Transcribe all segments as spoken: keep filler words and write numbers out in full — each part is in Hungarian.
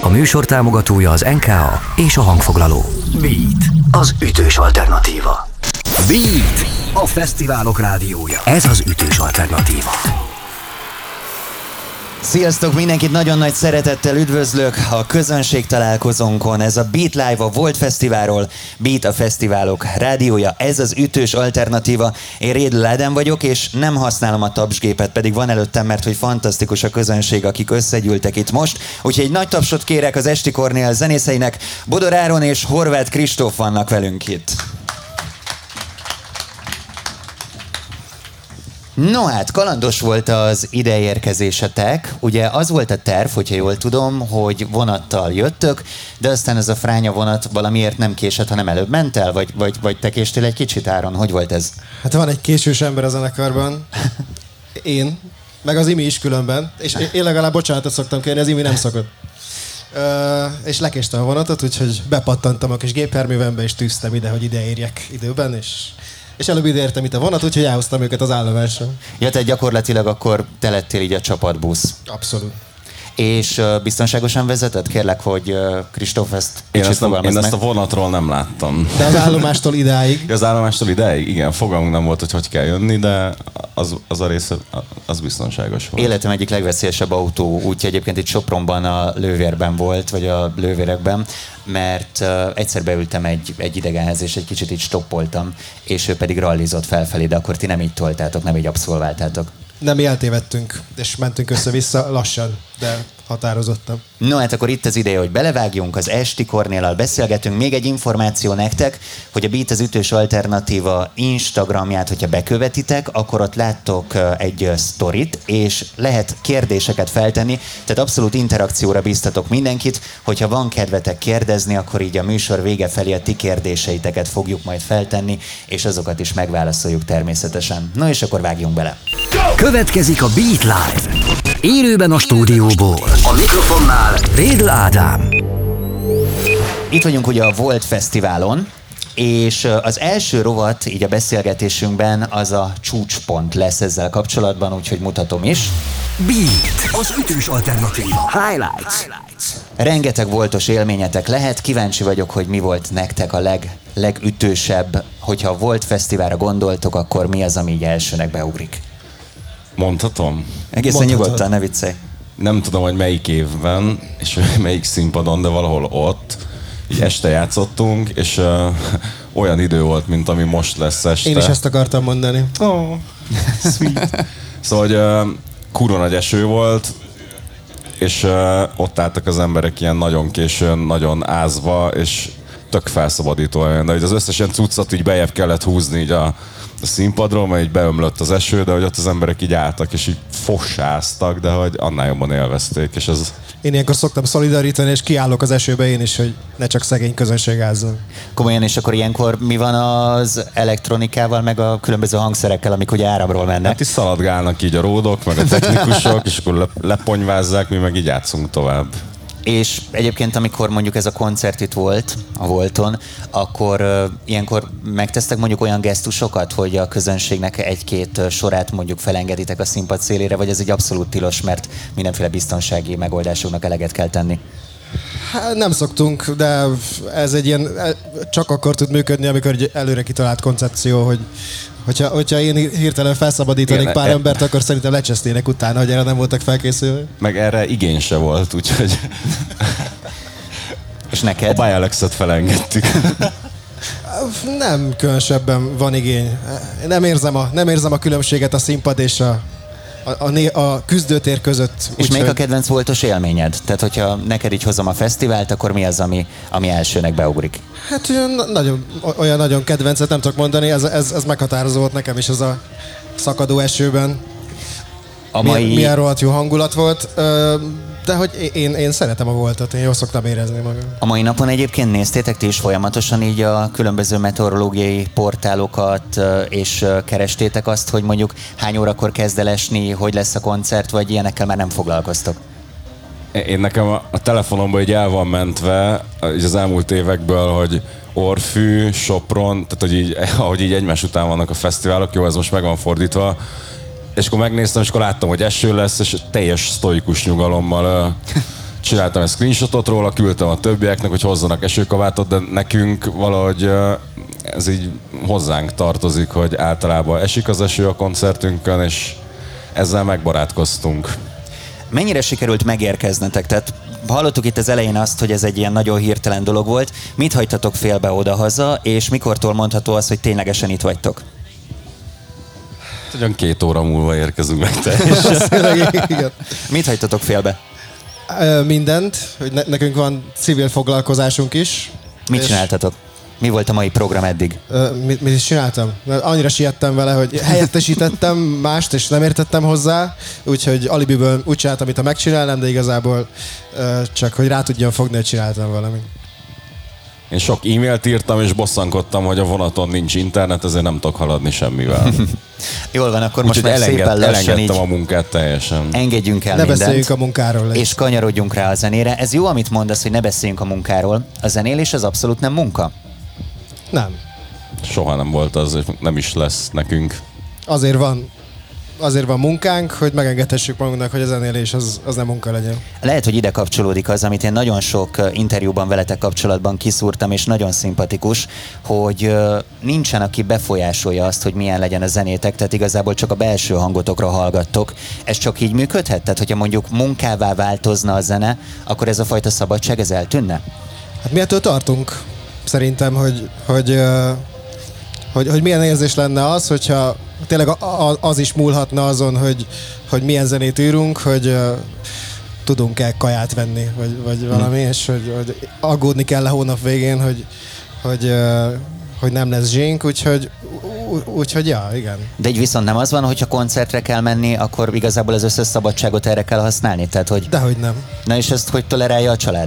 A műsor támogatója az en ká á és a hangfoglaló. Beat, az ütős alternatíva. Beat, a fesztiválok rádiója. Ez az ütős alternatíva. Sziasztok, mindenkit nagyon nagy szeretettel üdvözlök a közönség találkozónkon. Ez a Beat Live a Volt Fesztiválról, Beat a fesztiválok rádiója, ez az ütős alternatíva. Én Rédl Ádám vagyok, és nem használom a tapsgépet, pedig van előttem, mert hogy fantasztikus a közönség, akik összegyűltek itt most. Úgyhogy egy nagy tapsot kérek az Esti Kornél zenészeinek. Bodor Áron és Horváth Kristóf vannak velünk itt. No hát, kalandos volt az ideérkezésetek. Ugye az volt a terv, hogyha jól tudom, hogy vonattal jöttök, de aztán ez a fránya vonat valamiért nem késett, hanem előbb ment el? Vagy, vagy, vagy te késtél egy kicsit, Áron? Hogy volt ez? Hát van egy késős ember a zenekarban. Én. Meg az Imi is különben. És én legalább bocsánatot szoktam kérni, az Imi nem szokott. Ö, és lekéstem a vonatot, úgyhogy bepattantam a kis gépjárművembe, és tűztem ide, hogy ide érjek időben, és... És előbb ide értem itt a vonat, úgyhogy elhoztam őket az állomásra. Ja, tehát gyakorlatilag akkor te lettél így a csapatbusz. Abszolút. És uh, biztonságosan vezetett? Kérlek, hogy uh, Kristóf ezt én kicsit ezt, nem, én meg. ezt a vonatról nem láttam. De az állomástól idáig? Az állomástól idáig? Igen, fogalmunk nem volt, hogy hogy kell jönni, de az, az a része, az biztonságos volt. Életem egyik legveszélyesebb autó útja egyébként itt Sopronban, a Lővérben volt, vagy a Lővérekben, mert uh, egyszer beültem egy, egy idegenhez, és egy kicsit így stoppoltam, és ő pedig rallizott felfelé, de akkor ti nem így toltátok, nem így abszolváltátok. Nem, mi eltévedtünk, és mentünk össze-vissza lassan, de határozottan. No, hát akkor itt az ideje, hogy belevágjunk, az Esti Kornéllal beszélgetünk. Még egy információ nektek, hogy a Beat az ütős alternatíva Instagramját, hogyha bekövetitek, akkor ott láttok egy sztorit, és lehet kérdéseket feltenni, tehát abszolút interakcióra bíztatok mindenkit, hogyha van kedvetek kérdezni, akkor így a műsor vége felé a ti kérdéseiteket fogjuk majd feltenni, és azokat is megválaszoljuk természetesen. No, és akkor vágjunk bele. Következik a Beat Live. Élőben a stúdióból. A mikrofonnál Rédl Ádám. Itt vagyunk ugye a Volt Fesztiválon, és az első rovat így a beszélgetésünkben az a csúcspont lesz ezzel kapcsolatban, úgyhogy mutatom is. Beat, az ütős alternatíva. Highlights. Rengeteg voltos élményetek lehet, kíváncsi vagyok, hogy mi volt nektek a leg, legütősebb. Hogyha a Volt Fesztiválra gondoltok, akkor mi az, ami így elsőnek beugrik? Mondhatom? Egészen Mondhatod. nyugodtan, ne viccelj. Nem tudom, hogy melyik évben, és melyik színpadon, de valahol ott. Így este játszottunk, és uh, olyan idő volt, mint ami most lesz este. Én is ezt akartam mondani. Oh, sweet. Szóval, hogy uh, kurva nagy eső volt, és uh, ott álltak az emberek ilyen nagyon későn, nagyon ázva, és tök felszabadító olyan, de hogy az összes ilyen cuccot így bejebb kellett húzni így a, a színpadról, mert így beömlött az eső, de hogy ott az emberek így álltak, és így fossáztak, de hogy annál jobban élvezték, és ez... Én ilyenkor szoktam szolidarítani, és kiállok az esőbe én is, hogy ne csak szegény közönség ázzon. Komolyan, és akkor ilyenkor mi van az elektronikával, meg a különböző hangszerekkel, amik ugye áramról mennek? Hát is szaladgálnak így a ródok, meg a technikusok, és akkor leponyvázzák, mi meg így játszunk tovább. És egyébként, amikor mondjuk ez a koncert itt volt, a Volton, akkor uh, ilyenkor megtesztek mondjuk olyan gesztusokat, hogy a közönségnek egy-két uh, sorát mondjuk felengeditek a színpad szélére, vagy ez egy abszolút tilos, mert mindenféle biztonsági megoldásoknak eleget kell tenni? Hát nem szoktunk, de ez egy ilyen, csak akkor tud működni, amikor egy előre kitalált koncepció, hogy hogyha, hogyha én hirtelen felszabadítanék Igen, pár e- embert, akkor szerintem lecsesztének utána, hogy erre nem voltak felkészülve. Meg erre igény se volt, úgyhogy És a neked? Bialexet felengedtük. Nem különösebben van igény. Nem érzem a, nem érzem a különbséget a színpad és a, a, a, né- a küzdőtér között. És úgy, melyik a hogy- kedvenc voltos élményed? Tehát, hogyha neked így hozom a fesztivált, akkor mi az, ami, ami elsőnek beugrik? Hát olyan, nagyon, olyan nagyon kedvencet nem tudok mondani, ez, ez, ez meghatározó volt nekem is, az a szakadó esőben. A Milyen, mai... milyen rohadt jó hangulat volt, ö, de hogy én, én szeretem a Voltot, én jól szoktam érezni magam. A mai napon egyébként néztétek ti is folyamatosan így a különböző meteorológiai portálokat, ö, és ö, kerestétek azt, hogy mondjuk hány órakor kezd el esni, hogy lesz a koncert, vagy ilyenekkel már nem foglalkoztok? Én nekem a, a telefonomban így el van mentve így az elmúlt évekből, hogy Orfű, Sopron, tehát hogy így, ahogy így egymás után vannak a fesztiválok, jó, ez most meg van fordítva, és akkor megnéztem, és akkor láttam, hogy eső lesz, és teljes sztoikus nyugalommal uh, csináltam egy screenshotot róla, küldtem a többieknek, hogy hozzanak esőkabátot, de nekünk valahogy ez így hozzánk tartozik, hogy általában esik az eső a koncertünkön, és ezzel megbarátkoztunk. Mennyire sikerült megérkeznetek? Tehát hallottuk itt az elején azt, hogy ez egy ilyen nagyon hirtelen dolog volt. Mit hagytatok félbe oda-haza, és mikortól mondható az, hogy ténylegesen itt vagytok? Ugyan két óra múlva érkezünk meg teljesen. Mit hagytatok félbe? Mindent, hogy ne- nekünk van civil foglalkozásunk is. Mit csináltatok? Mi volt a mai program eddig? Mit, mit is csináltam? Annyira siettem vele, hogy helyettesítettem mást, és nem értettem hozzá, úgyhogy alibiből úgy csináltam, amit ha megcsinálnám, de igazából csak, hogy rá tudjam fogni, hogy csináltam valamit. Én sok e-mailt írtam, és bosszankodtam, hogy a vonaton nincs internet, ezért nem tudok haladni semmivel. Jól van, akkor most már elenged, szépen lassan elengedtem így a munkát teljesen. engedjünk el Ne mindent. beszéljünk a munkáról. És kanyarodjunk rá a zenére. Ez jó, amit mondasz, hogy ne beszéljünk a munkáról. A zenélés az abszolút nem munka. Nem. Soha nem volt az, és nem is lesz nekünk. Azért van, azért van munkánk, hogy megengedhessük magunknak, hogy a zenélés az, az nem munka legyen. Lehet, hogy ide kapcsolódik az, amit én nagyon sok interjúban veletek kapcsolatban kiszúrtam, és nagyon szimpatikus, hogy nincsen, aki befolyásolja azt, hogy milyen legyen a zenétek, tehát igazából csak a belső hangotokra hallgattok. Ez csak így működhet? Tehát, hogyha mondjuk munkává változna a zene, akkor ez a fajta szabadság, ez eltűnne? Hát mi ettől tartunk, szerintem, hogy, hogy, hogy, hogy milyen érzés lenne az, hogyha tényleg az is múlhatna azon, hogy, hogy milyen zenét írunk, hogy tudunk-e kaját venni, vagy, vagy valami, hmm. és hogy, hogy aggódni kell a hónap végén, hogy, hogy, hogy nem lesz zsink, úgyhogy, úgyhogy ja, igen. De így viszont nem az van, hogyha koncertre kell menni, akkor igazából az összes szabadságot erre kell használni? Tehát, hogy... Dehogy nem. Na és ezt hogy tolerálja a család?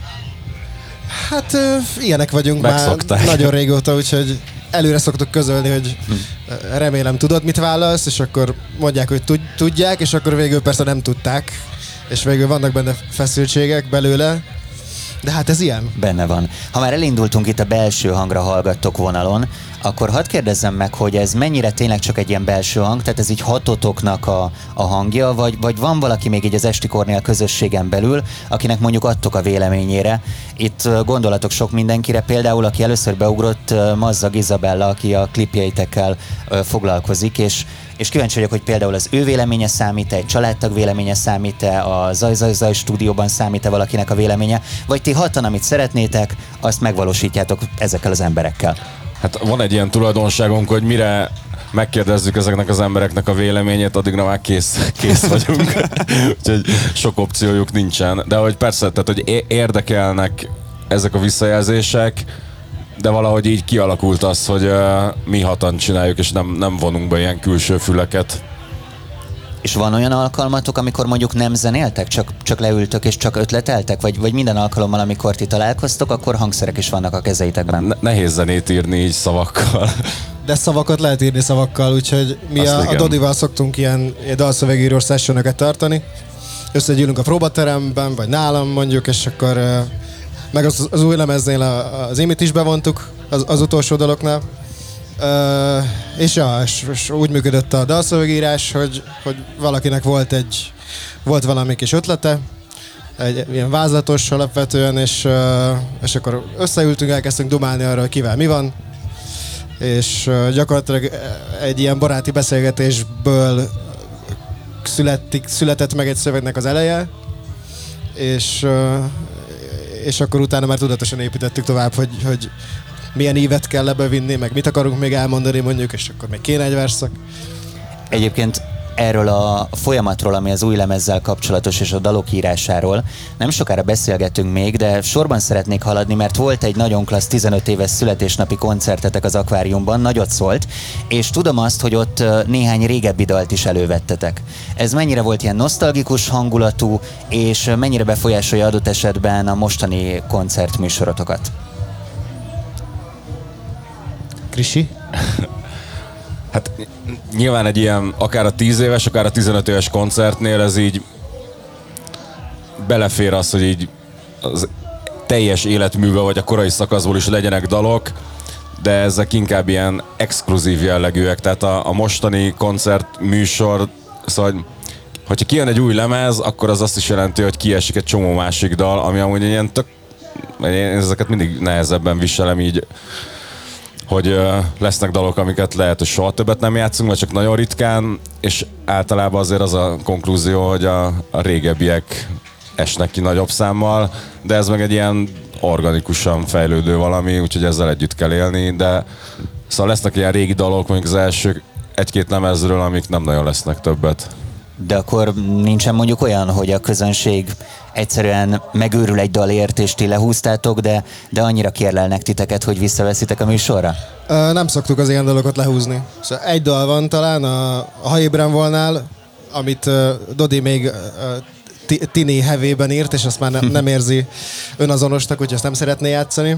Hát ilyenek vagyunk Megszokták. Már nagyon régóta, úgyhogy előre szoktuk közölni, hogy remélem tudod, mit válasz, és akkor mondják, hogy tudják, és akkor végül persze nem tudták, és végül vannak benne feszültségek belőle, de hát ez ilyen. Benne van. Ha már elindultunk itt a belső hangra hallgattok vonalon, akkor hadd kérdezzem meg, hogy ez mennyire tényleg csak egy ilyen belső hang, tehát ez így hatotoknak a, a hangja, vagy, vagy van valaki még így az Esti Kornél közösségen belül, akinek mondjuk adtok a véleményére. Itt gondolatok sok mindenkire, például aki először beugrott, Mazzag Izabella, aki a klipjeitekkel foglalkozik, és és kíváncsi vagyok, hogy például az ő véleménye számít-e, egy családtag véleménye számít-e, a Zaj Zaj Zaj stúdióban számít-e valakinek a véleménye, vagy ti hatan, amit szeretnétek, azt megvalósítjátok ezekkel az emberekkel? Hát van egy ilyen tulajdonságunk, hogy mire megkérdezzük ezeknek az embereknek a véleményét, addigra már kész, kész vagyunk. Úgyhogy sok opciójuk nincsen. De hogy persze, tehát hogy érdekelnek ezek a visszajelzések, de valahogy így kialakult az, hogy uh, mi hatan csináljuk, és nem, nem vonunk be ilyen külső füleket. És van olyan alkalmatok, amikor mondjuk nem zenéltek, csak, csak leültök és csak ötleteltek? Vagy, vagy minden alkalommal, amikor ti találkoztok, akkor hangszerek is vannak a kezeitekben? Ne- nehéz zenét írni így szavakkal. De szavakat lehet írni szavakkal, úgyhogy mi a, a Dodival szoktunk ilyen, ilyen dalszövegíró sessionokat tartani. Összegyűlünk a próbateremben, vagy nálam mondjuk, és akkor uh, meg az, az új lemeznél a, az Imit is bevontuk, az, az utolsó daloknál. Uh, és ja, és, és úgy működött a dalszövegírás, hogy, hogy valakinek volt egy, volt valami kis ötlete, egy ilyen vázlatos alapvetően, és, uh, és akkor összeültünk, elkezdtünk dumálni arra, hogy kivel mi van, és uh, gyakorlatilag egy ilyen baráti beszélgetésből születik, született meg egy szövegnek az eleje, és, uh, és akkor utána már tudatosan építettük tovább, hogy, hogy milyen ívet kell lebevinni, meg mit akarunk még elmondani mondjuk, és akkor még kéne egy verszak. Egyébként erről a folyamatról, ami az új lemezzel kapcsolatos, és a dalok írásáról nem sokára beszélgetünk még, de sorban szeretnék haladni, mert volt egy nagyon klassz tizenöt éves születésnapi koncertetek az Akváriumban, nagyot szólt, és tudom azt, hogy ott néhány régebbi dalt is elővettetek. Ez mennyire volt ilyen nosztalgikus hangulatú, és mennyire befolyásolja adott esetben a mostani koncertműsorotokat? Krisi? Hát nyilván egy ilyen, akár a tíz éves, akár a tizenöt éves koncertnél ez így belefér az, hogy így az teljes életműve vagy a korai szakaszból is legyenek dalok, de ezek inkább ilyen exkluzív jellegűek, tehát a, a mostani koncertműsor, szóval hogyha kijön egy új lemez, akkor az azt is jelenti, hogy kiesik egy csomó másik dal, ami amúgy ilyen tök... Én ezeket mindig nehezebben viselem így, hogy uh, lesznek dalok, amiket lehet, hogy soha többet nem játszunk, vagy csak nagyon ritkán, és általában azért az a konklúzió, hogy a, a régebbiek esnek ki nagyobb számmal, de ez meg egy ilyen organikusan fejlődő valami, úgyhogy ezzel együtt kell élni, de szóval lesznek ilyen régi dalok, mondjuk az első egy-két lemezről, amik nem nagyon lesznek többet. De akkor nincsen mondjuk olyan, hogy a közönség egyszerűen megőrül egy dalért, és ti lehúztátok, de, de annyira kérlelnek titeket, hogy visszaveszitek a műsorra? Ö, nem szoktuk az ilyen dalokat lehúzni. Szóval egy dal van talán a, a Ha ébren volnál, amit uh, Dodi még uh, tini hevében írt, és azt már ne, nem érzi önazonosnak, úgyhogy azt nem szeretné játszani.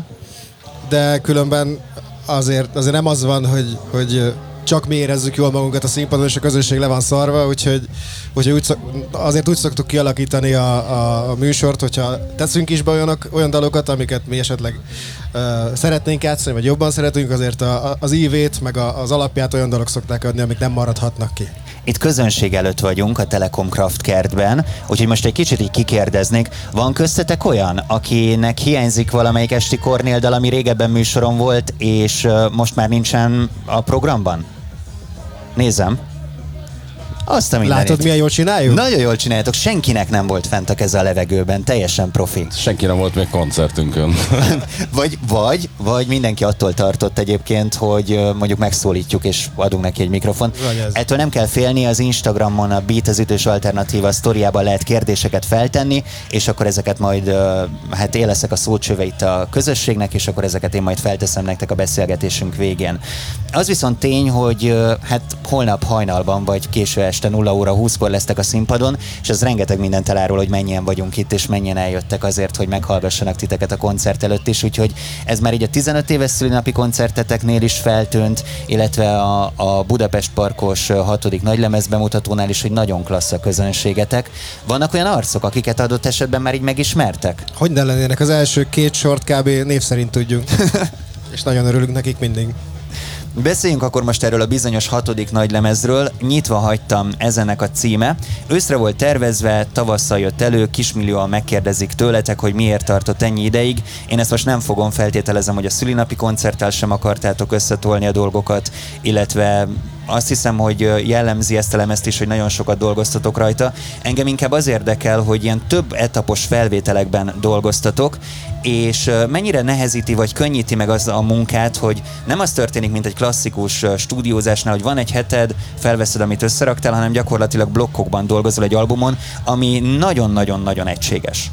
De különben azért, azért nem az van, hogy, hogy csak mi érezzük jól magunkat a színpadon, és a közönség le van szarva, úgyhogy, úgyhogy úgy szok, azért úgy szoktuk kialakítani a, a, a műsort, hogyha teszünk is be olyanok, olyan dalokat, amiket mi esetleg uh, szeretnénk játszani, vagy jobban szeretünk, azért a, a, az ívét, meg a, az alapját olyan dalok szokták adni, amik nem maradhatnak ki. Itt közönség előtt vagyunk a Telekom Craft kertben, úgyhogy most egy kicsit így kikérdeznék, van köztetek olyan, akinek hiányzik valamelyik esti Kornél dal, ami régebben műsoron volt, és uh, most már nincsen a programban? Nézem. Azt a mindenit. Látod, milyen jól csináljuk? Nagyon jól csináljátok. Senkinek nem volt fent a keze a levegőben. Teljesen profi. Senki nem volt még koncertünkön. vagy, vagy, vagy mindenki attól tartott egyébként, hogy mondjuk megszólítjuk és adunk neki egy mikrofont. Ettől nem kell félni, az Instagramon a Beat az ütős alternatíva sztoriában lehet kérdéseket feltenni, és akkor ezeket majd, hát én leszek a szócsöve itt a közösségnek, és akkor ezeket én majd felteszem nektek a beszélgetésünk végén. Az viszont tény, hogy hát holnap hajnalban vagy késő este nulla óra húszkor lesztek a színpadon, és ez rengeteg mindent elárul, hogy mennyien vagyunk itt, és mennyien eljöttek azért, hogy meghallgassanak titeket a koncert előtt is, úgyhogy ez már így a tizenöt éves szülinapi koncerteteknél is feltűnt, illetve a, a Budapest Parkos hatodik nagylemez bemutatónál is, hogy nagyon klassz a közönségetek. Vannak olyan arcok, akiket adott esetben már így megismertek? Hogy ne lennének, az első két sort kb. Név szerint tudjunk. És nagyon örülünk nekik mindig. Beszéljünk akkor most erről a bizonyos hatodik nagylemezről. Nyitva hagytam, ezenek a címe. Őszre volt tervezve, tavasszal jött elő, kismillióan megkérdezik tőletek, hogy miért tartott ennyi ideig. Én ezt most nem fogom, feltételezem, hogy a szülinapi koncerttel sem akartátok összetolni a dolgokat, illetve azt hiszem, hogy jellemzi ezt a lemezt is, hogy nagyon sokat dolgoztatok rajta. Engem inkább az érdekel, hogy ilyen több etapos felvételekben dolgoztatok, és mennyire nehezíti vagy könnyíti meg az a munkát, hogy nem az történik, mint egy klasszikus stúdiózásnál, hogy van egy heted, felveszed, amit összeraktál, hanem gyakorlatilag blokkokban dolgozol egy albumon, ami nagyon-nagyon-nagyon egységes.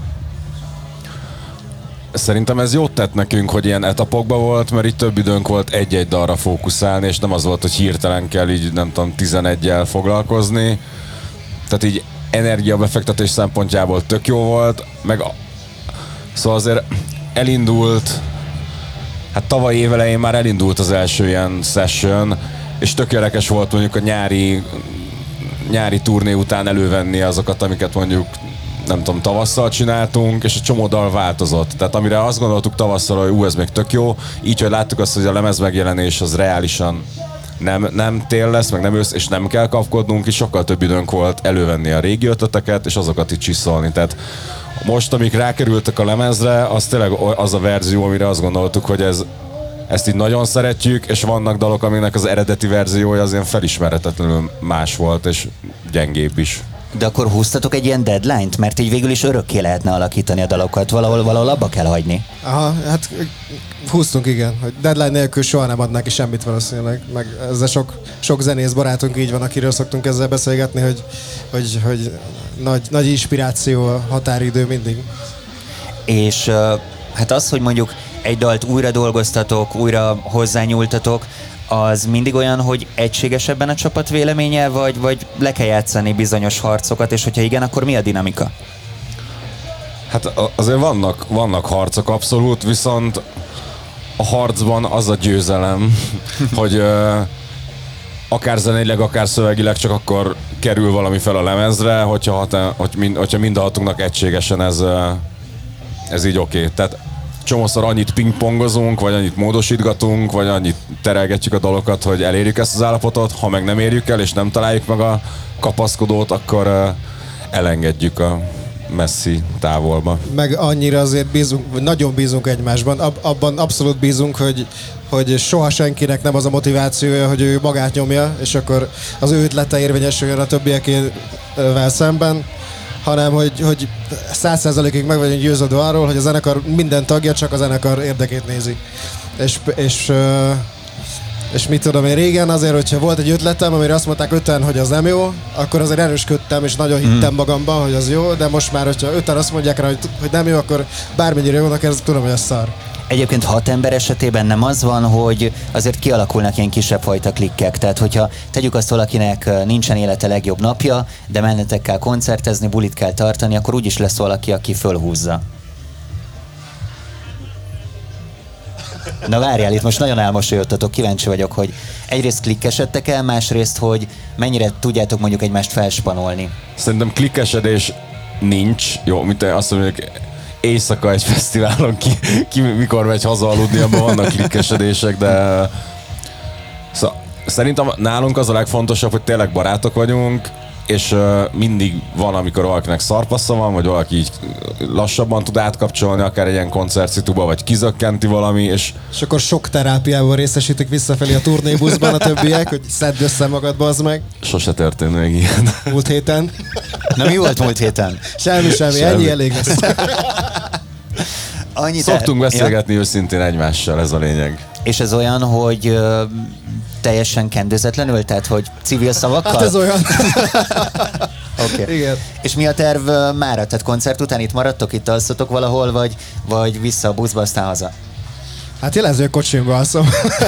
Szerintem ez jót tett nekünk, hogy ilyen etapokban volt, mert így több időnk volt egy-egy dalra fókuszálni, és nem az volt, hogy hirtelen kell így, nem tudom, tizeneggyel foglalkozni. Tehát így energiabefektetés szempontjából tök jó volt, meg a... Szóval azért elindult, hát tavaly évelején már elindult az első ilyen session, és tökéletes volt mondjuk a nyári, nyári turné után elővenni azokat, amiket mondjuk nem tudom, tavasszal csináltunk, és a csomó dal változott. Tehát amire azt gondoltuk tavasszal, hogy ú, ez még tök jó, így, hogy láttuk azt, hogy a lemez megjelenés az reálisan nem, nem tél lesz, meg nem ősz, és nem kell kapkodnunk, és sokkal több időnk volt elővenni a régi ötleteket, és azokat itt csiszolni. Tehát most, amik rákerültek a lemezre, az tényleg az a verzió, amire azt gondoltuk, hogy ez, ezt így nagyon szeretjük, és vannak dalok, aminek az eredeti verziója az ilyen felismerhetetlenül más volt, és gyengébb is. De akkor húztatok egy ilyen deadline-t? Mert így végül is örökké lehetne alakítani a dalokat. Valahol, valahol abba kell hagyni. Aha, hát húztunk, igen. Hogy deadline nélkül soha nem adnák ki semmit valószínűleg. Meg ezzel sok, sok zenész barátunk így van, akiről szoktunk ezzel beszélgetni, hogy, hogy, hogy nagy, nagy inspiráció a határidő mindig. És hát az, hogy mondjuk egy dalt újra dolgoztatok, újra hozzányúltatok, az mindig olyan, hogy egységesebben a csapat véleménye, vagy, vagy le kell játszani bizonyos harcokat, és hogyha igen, akkor mi a dinamika? Hát azért vannak, vannak harcok abszolút, viszont a harcban az a győzelem, hogy uh, akár zeneileg, akár szövegileg csak akkor kerül valami fel a lemezre, hogyha, hat, hogy mind, hogyha mind a hatunknak egységesen ez, uh, ez így oké. Okay. Tehát csomószor annyit pingpongozunk, vagy annyit módosítgatunk, vagy annyit terelgetjük a dolgokat, hogy elérjük ezt az állapotot. Ha meg nem érjük el, és nem találjuk meg a kapaszkodót, akkor uh, elengedjük a messzi távolba. Meg annyira azért bízunk, nagyon bízunk egymásban, Ab, abban abszolút bízunk, hogy, hogy soha senkinek nem az a motivációja, hogy ő magát nyomja, és akkor az ő ötlete érvényesüljön a többiekével szemben, hanem hogy, hogy száz százalékig meg vagyunk győződve arról, hogy a zenekar minden tagja csak a zenekar érdekét nézi. És, és, és mit tudom én, régen azért, hogyha volt egy ötletem, amire azt mondták öten, hogy az nem jó, akkor azért erősködtem, és nagyon hittem magamban, hogy az jó, de most már, hogyha öten azt mondják rá, hogy, hogy nem jó, akkor bármennyire jónak, ez tudom, hogy az szar. Egyébként hat ember esetében nem az van, hogy azért kialakulnak ilyen kisebb fajta klikkek. Tehát, hogyha tegyük azt, valakinek nincsen élete legjobb napja, de mennetek kell koncertezni, bulit kell tartani, akkor úgyis lesz valaki, aki fölhúzza. Na várjál, itt most nagyon elmosolyodtatok, kíváncsi vagyok, hogy egyrészt klikkesedtek el, másrészt, hogy mennyire tudjátok mondjuk egymást felspanolni. Szerintem klikkesedés nincs. Jó, mint azt mondjuk, éjszaka egy fesztiválon ki, ki mikor megy haza aludni, abban vannak klikkesedések, de szóval, szerintem nálunk az a legfontosabb, hogy tényleg barátok vagyunk, és uh, mindig van, amikor valakinek szarpassza van, vagy valaki így lassabban tud átkapcsolni, akár egy ilyen koncertszituba, vagy kizökkenti valami, és... És akkor sok terápiával részesítik visszafelé a turnébuszban a többiek, hogy szedd össze magad, bazd meg. Sose történt még ilyen. Múlt héten. Na mi volt múlt héten? Semmi, semmi, semmi. Ennyi elég lesz. Annyit Szoktunk el... beszélgetni ja. őszintén egymással, ez a lényeg. És ez olyan, hogy uh, teljesen kendőzetlenül, tehát hogy civil szavakkal? Hát ez olyan. Oké. Okay. Igen. És mi a terv uh, mára? Tehát koncert után itt maradtok, itt alszotok valahol, vagy, vagy vissza a buszba, aztán haza? Hát jelező kocsimba alszom.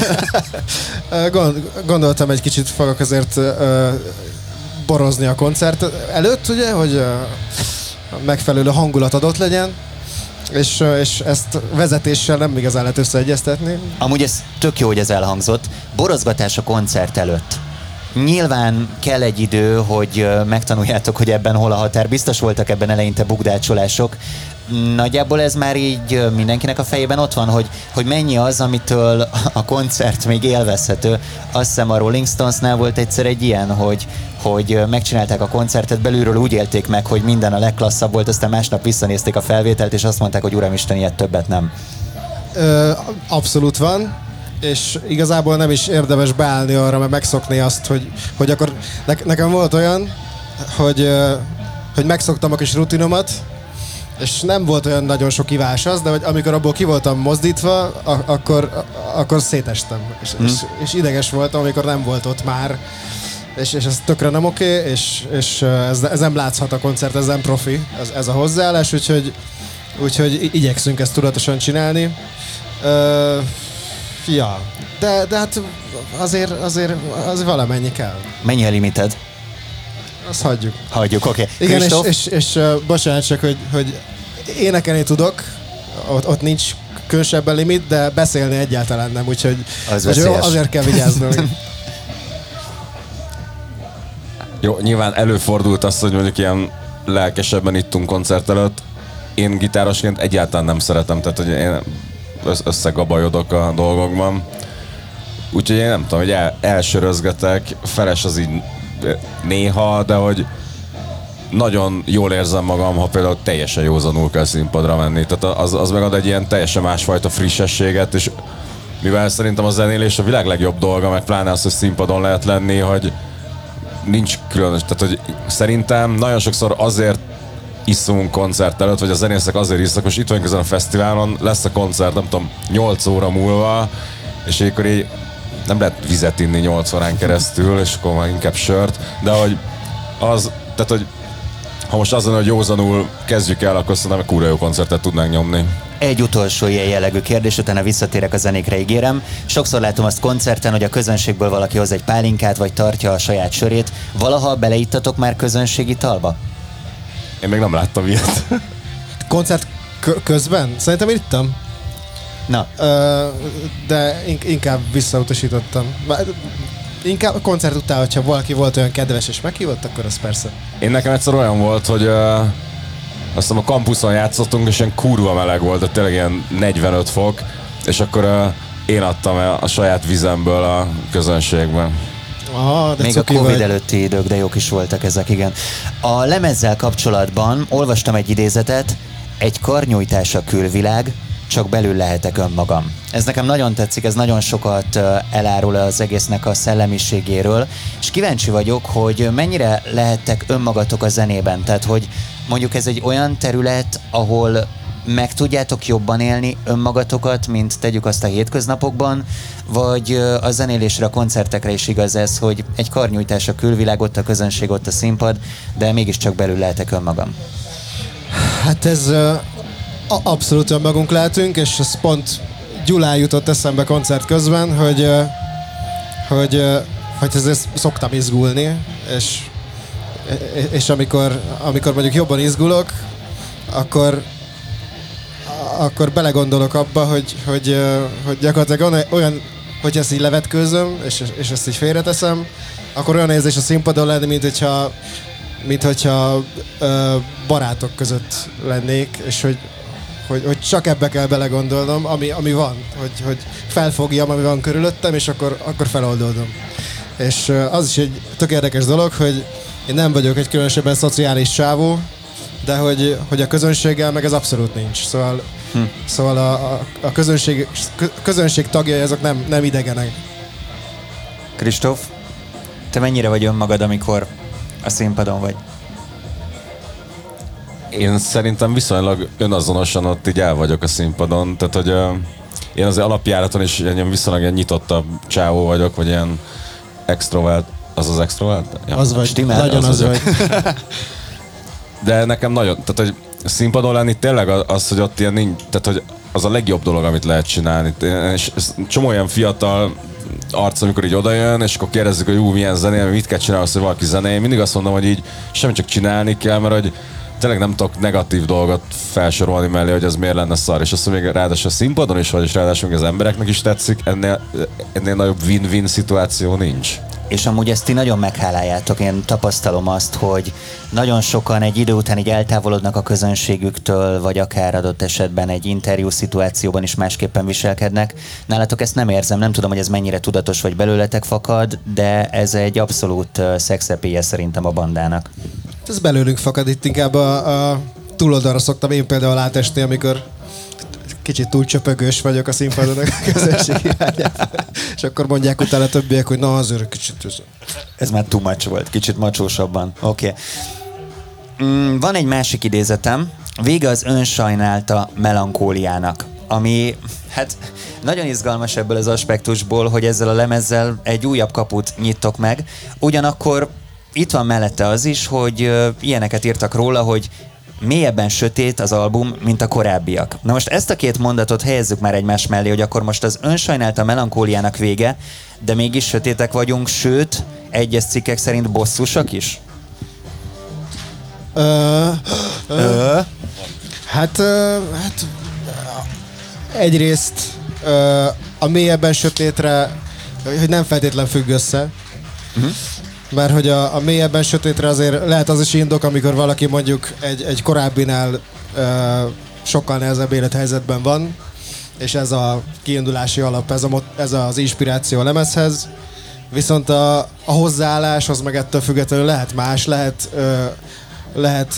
Gondoltam, egy kicsit fogok azért uh, borozni a koncert előtt, ugye, hogy uh, megfelelő hangulat adott legyen. És, és ezt vezetéssel nem igazán lehet összeegyeztetni. Amúgy ez tök jó, hogy ez elhangzott. Borozgatás a koncert előtt. Nyilván kell egy idő, hogy megtanuljátok, hogy ebben hol a határ. Biztos voltak ebben eleinte bukdácsolások. Nagyjából ez már így mindenkinek a fejében ott van, hogy, hogy mennyi az, amitől a koncert még élvezhető. Azt hiszem a Rolling Stonesnál volt egyszer egy ilyen, hogy, hogy megcsinálták a koncertet, belülről úgy élték meg, hogy minden a legklasszabb volt, aztán másnap visszanézték a felvételt, és azt mondták, hogy uramisten, ilyet többet nem. Ö, abszolút van, és igazából nem is érdemes beállni arra, mert megszokni azt, hogy, hogy akkor ne, nekem volt olyan, hogy, hogy megszoktam a kis rutinomat, és nem volt olyan nagyon sok ivás az, de hogy amikor abból ki voltam mozdítva, a, akkor, a, akkor szétestem. És, mm. és, és ideges voltam, amikor nem volt ott már. És, és ez tökre nem oké, okay, és, és ez, ez nem látszhat a koncert, ez nem profi, ez, ez a hozzáállás, úgyhogy, úgyhogy igyekszünk ezt tudatosan csinálni. Uh, ja, de, de hát azért, azért az valamennyi kell. Mennyi a limited? Azt hagyjuk. Hagyjuk, oké. Okay. Igen, és, és, és uh, bocsánat csak, hogy, hogy énekelni tudok, ott, ott nincs különösebben limit, de beszélni egyáltalán nem, úgyhogy az úgy, azért kell vigyáznunk. Jó, nyilván előfordult az, hogy mondjuk ilyen lelkesebben ittunk koncert előtt. Én gitárosként egyáltalán nem szeretem, tehát hogy én összegabajodok a dolgokban. Úgyhogy én nem tudom, hogy el, elsörözgetek, feles az így néha, de hogy nagyon jól érzem magam, ha például teljesen józanul kell színpadra menni. Tehát az, az megad egy ilyen teljesen másfajta frissességet, és mivel szerintem a zenélés a világ legjobb dolga, meg pláne az, hogy színpadon lehet lenni, hogy nincs különös. Tehát, hogy szerintem nagyon sokszor azért iszunk koncert előtt, vagy a zenészek azért isznak, most itt vagyunk ezen a fesztiválon, lesz a koncert, nem tudom, nyolc óra múlva, és akkor így nem lehet vizet inni nyolc órán keresztül, és akkor már inkább sört, de hogy az, tehát, hogy ha most azon, hogy józanul kezdjük el, akkor szerintem kurva jó koncertet tudnánk nyomni. Egy utolsó ilyen jellegű kérdés, utána visszatérek a zenékre, ígérem. Sokszor látom azt koncerten, hogy a közönségből valaki hoz egy pálinkát, vagy tartja a saját sörét. Valaha beleittatok már közönségi talba? Én még nem láttam ilyet. Koncert k- közben? Szerintem ittam. Na. Ö, de in- inkább visszautasítottam. Inkább a koncert után, hogyha valaki volt olyan kedves és meghívott, akkor az persze. Én nekem egyszer olyan volt, hogy uh, hiszem a kampuszon játszottunk, és ilyen kurva meleg volt, de tényleg ilyen negyvenöt fok, és akkor uh, én adtam el a saját vizemből a közönségben. Aha, de Még a Covid vagy. előtti idők, de jók is voltak ezek, igen. A lemezzel kapcsolatban olvastam egy idézetet, egy karnyújtás a külvilág, csak belül lehetek önmagam. Ez nekem nagyon tetszik, ez nagyon sokat elárul az egésznek a szellemiségéről, és kíváncsi vagyok, hogy mennyire lehettek önmagatok a zenében, tehát hogy mondjuk ez egy olyan terület, ahol meg tudjátok jobban élni önmagatokat, mint tegyük azt a hétköznapokban, vagy a zenélésre, a koncertekre is igaz ez, hogy egy karnyújtás a külvilág, ott a közönség, ott a színpad, de mégiscsak belül lehetek önmagam. Hát ez uh, abszolút önmagunk lehetünk, és ez pont Gyulán jutott eszembe koncert közben, hogy, uh, hogy, uh, hogy ezért szoktam izgulni, és, és amikor, amikor mondjuk jobban izgulok, akkor akkor belegondolok abba, hogy, hogy, hogy gyakorlatilag olyan, hogy ezt így levetkőzöm, és, és ezt így félreteszem, akkor olyan érzés a színpadon lenni, mint hogyha, mint hogyha ö, barátok között lennék, és hogy, hogy, hogy csak ebbe kell belegondolnom, ami, ami van, hogy, hogy felfogjam, ami van körülöttem, és akkor, akkor feloldódom. És az is egy tök érdekes dolog, hogy én nem vagyok egy különösebben szociális csávó, de hogy, hogy a közönséggel meg ez abszolút nincs. Szóval, hm. szóval a, a, a közönség, közönség tagjai azok nem, nem idegenek. Kristóf, te mennyire vagy önmagad, amikor a színpadon vagy? Én szerintem viszonylag önazonosan ott így el vagyok a színpadon, tehát hogy uh, én az alapjáraton is ilyen viszonylag ilyen nyitottabb csávó vagyok, vagy ilyen extrovert, az az extrovert? Ja. Az vagy, Stimmel, nagyon az, az vagy. De nekem nagyon, tehát hogy színpadon lenni tényleg az, hogy ott ilyen nincs, tehát hogy az a legjobb dolog, amit lehet csinálni. És csomó olyan fiatal arc, amikor így odajön, és akkor kérdezzük, hogy ú, milyen zenél, mit kell csinálni, hogy valaki zenél. Én mindig azt mondom, hogy így semmit csak csinálni kell, mert hogy tényleg nem tudok negatív dolgot felsorolni mellé, hogy ez miért lenne szar. És azt mondom, még ráadásul a színpadon is vagy, és ráadásul az embereknek is tetszik, ennél, ennél nagyobb win-win szituáció nincs. És amúgy ezt ti nagyon megháláljátok, én tapasztalom azt, hogy nagyon sokan egy idő után így eltávolodnak a közönségüktől, vagy akár adott esetben egy interjú szituációban is másképpen viselkednek. Nálatok ezt nem érzem, nem tudom, hogy ez mennyire tudatos vagy belőletek fakad, de ez egy abszolút szexepéje szerintem a bandának. Ez belőlünk fakad, itt inkább a, a túloldalra szoktam én például átesni, amikor kicsit túl csöpögős vagyok a színpadon a közönség irányában. És akkor mondják utána többiek, hogy na azért kicsit... Ez, ez már too much volt, kicsit macsósabban. Oké. Okay. Mm, van egy másik idézetem. Vége az önsajnálta melankóliának, ami hát nagyon izgalmas ebből az aspektusból, hogy ezzel a lemezzel egy újabb kaput nyittok meg. Ugyanakkor itt van mellette az is, hogy uh, ilyeneket írtak róla, hogy mélyebben sötét az album, mint a korábbiak. Na most ezt a két mondatot helyezzük már egymás mellé, hogy akkor most az önsajnálta melankóliának vége, de mégis sötétek vagyunk, sőt, egyes cikkek szerint bosszusak is? Ö, ö, ö. Hát, ö, hát egyrészt ö, a mélyebben sötétre, hogy nem feltétlen függ össze, uh-huh. Mert hogy a, a mélyebben sötétre azért lehet az is indok, amikor valaki mondjuk egy, egy korábbinál ö, sokkal nehezebb élethelyzetben van, és ez a kiindulási alap, ez, a, ez az inspiráció a lemezhez. Viszont a, a hozzáállás az meg ettől függetlenül lehet más, lehet, ö, lehet